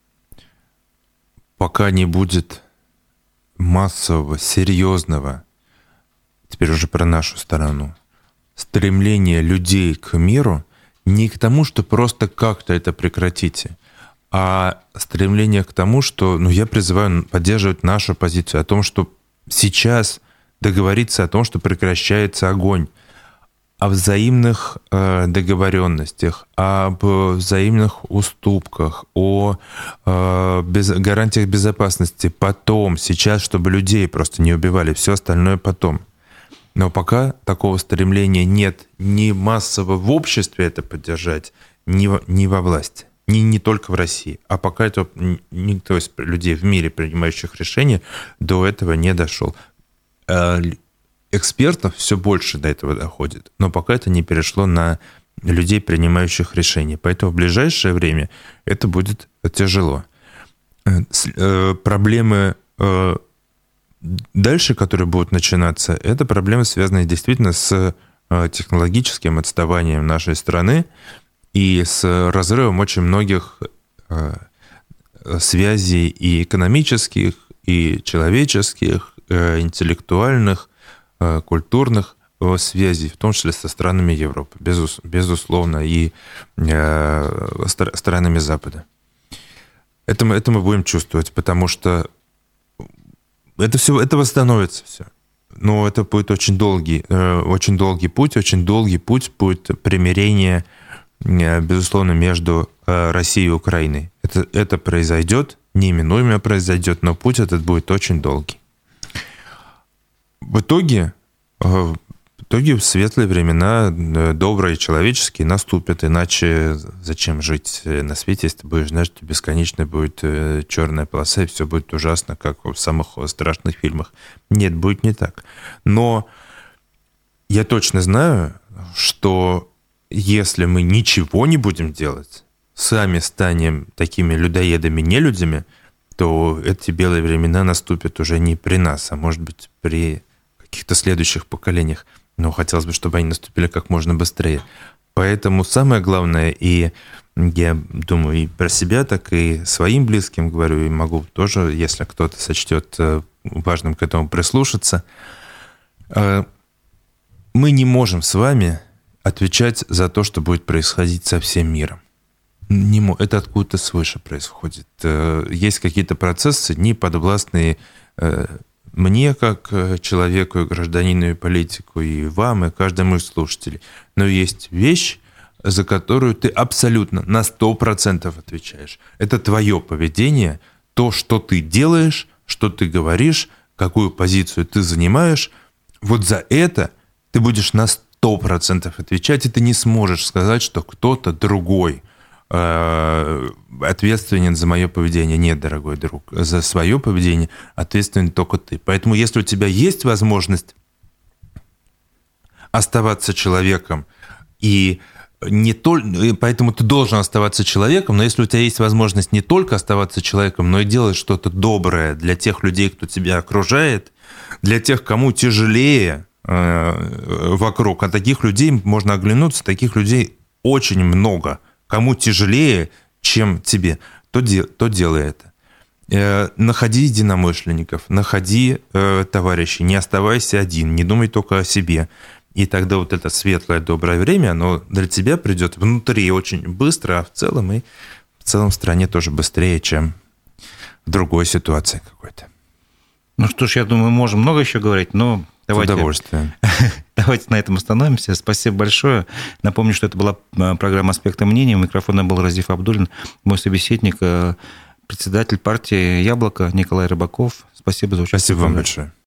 Пока не будет массового, серьезного, теперь уже про нашу сторону, стремление людей к миру, не к тому, что просто как-то это прекратите, а стремление к тому, что, я призываю поддерживать нашу позицию о том, что сейчас договориться о том, что прекращается огонь, о взаимных договоренностях, об взаимных уступках, о гарантиях безопасности потом, сейчас, чтобы людей просто не убивали, все остальное потом. Но пока такого стремления нет ни массово в обществе это поддержать, ни во власти, не только в России. А пока это никто из людей в мире, принимающих решения, до этого не дошел. Экспертов все больше до этого доходит, но пока это не перешло на людей, принимающих решения. Поэтому в ближайшее время это будет тяжело. Проблемы дальше, которые будут начинаться, это проблемы, связанные действительно с технологическим отставанием нашей страны и с разрывом очень многих связей и экономических, и человеческих, интеллектуальных, культурных связей, в том числе со странами Европы, безусловно, и странами Запада. Это мы будем чувствовать, потому что это восстановится все. Но это будет очень долгий путь будет примирение, безусловно, между Россией и Украиной. Это произойдет, неминуемо произойдет, но путь этот будет очень долгий. В итоге светлые времена, добрые, человеческие, наступят. Иначе зачем жить на свете, если ты будешь знать, что бесконечно будет черная полоса, и все будет ужасно, как в самых страшных фильмах. Нет, будет не так. Но я точно знаю, что если мы ничего не будем делать, сами станем такими людоедами-нелюдями, то эти белые времена наступят уже не при нас, а может быть при каких-то следующих поколениях. Но хотелось бы, чтобы они наступили как можно быстрее. Поэтому самое главное, и я думаю и про себя, так и своим близким говорю, и могу тоже, если кто-то сочтет важным к этому прислушаться, мы не можем с вами отвечать за то, что будет происходить со всем миром. Это откуда-то свыше происходит. Есть какие-то процессы, не подвластные мне, как человеку, и гражданину, и политику, и вам, и каждому из слушателей. Но есть вещь, за которую ты абсолютно на 100% отвечаешь. Это твое поведение, то, что ты делаешь, что ты говоришь, какую позицию ты занимаешь. Вот за это ты будешь на 100% отвечать, и ты не сможешь сказать, что кто-то другой ответственен за мое поведение. Нет, дорогой друг, за свое поведение ответственен только ты. Поэтому если у тебя есть возможность оставаться человеком, и не только, поэтому ты должен оставаться человеком, но если у тебя есть возможность не только оставаться человеком, но и делать что-то доброе для тех людей, кто тебя окружает, для тех, кому тяжелее вокруг, а таких людей можно оглянуться, таких людей очень много, кому тяжелее, чем тебе, то делай это. Находи единомышленников, находи товарищей, не оставайся один, не думай только о себе. И тогда вот это светлое, доброе время, оно для тебя придет внутри очень быстро, а в целом в стране тоже быстрее, чем в другой ситуации какой-то. Ну что ж, я думаю, мы можем много еще говорить, но давайте... С удовольствием. Давайте на этом остановимся. Спасибо большое. Напомню, что это была программа «Аспекты мнений». У микрофона был Разиф Абдуллин, мой собеседник, председатель партии «Яблоко» Николай Рыбаков. Спасибо за участие. Спасибо вам большое.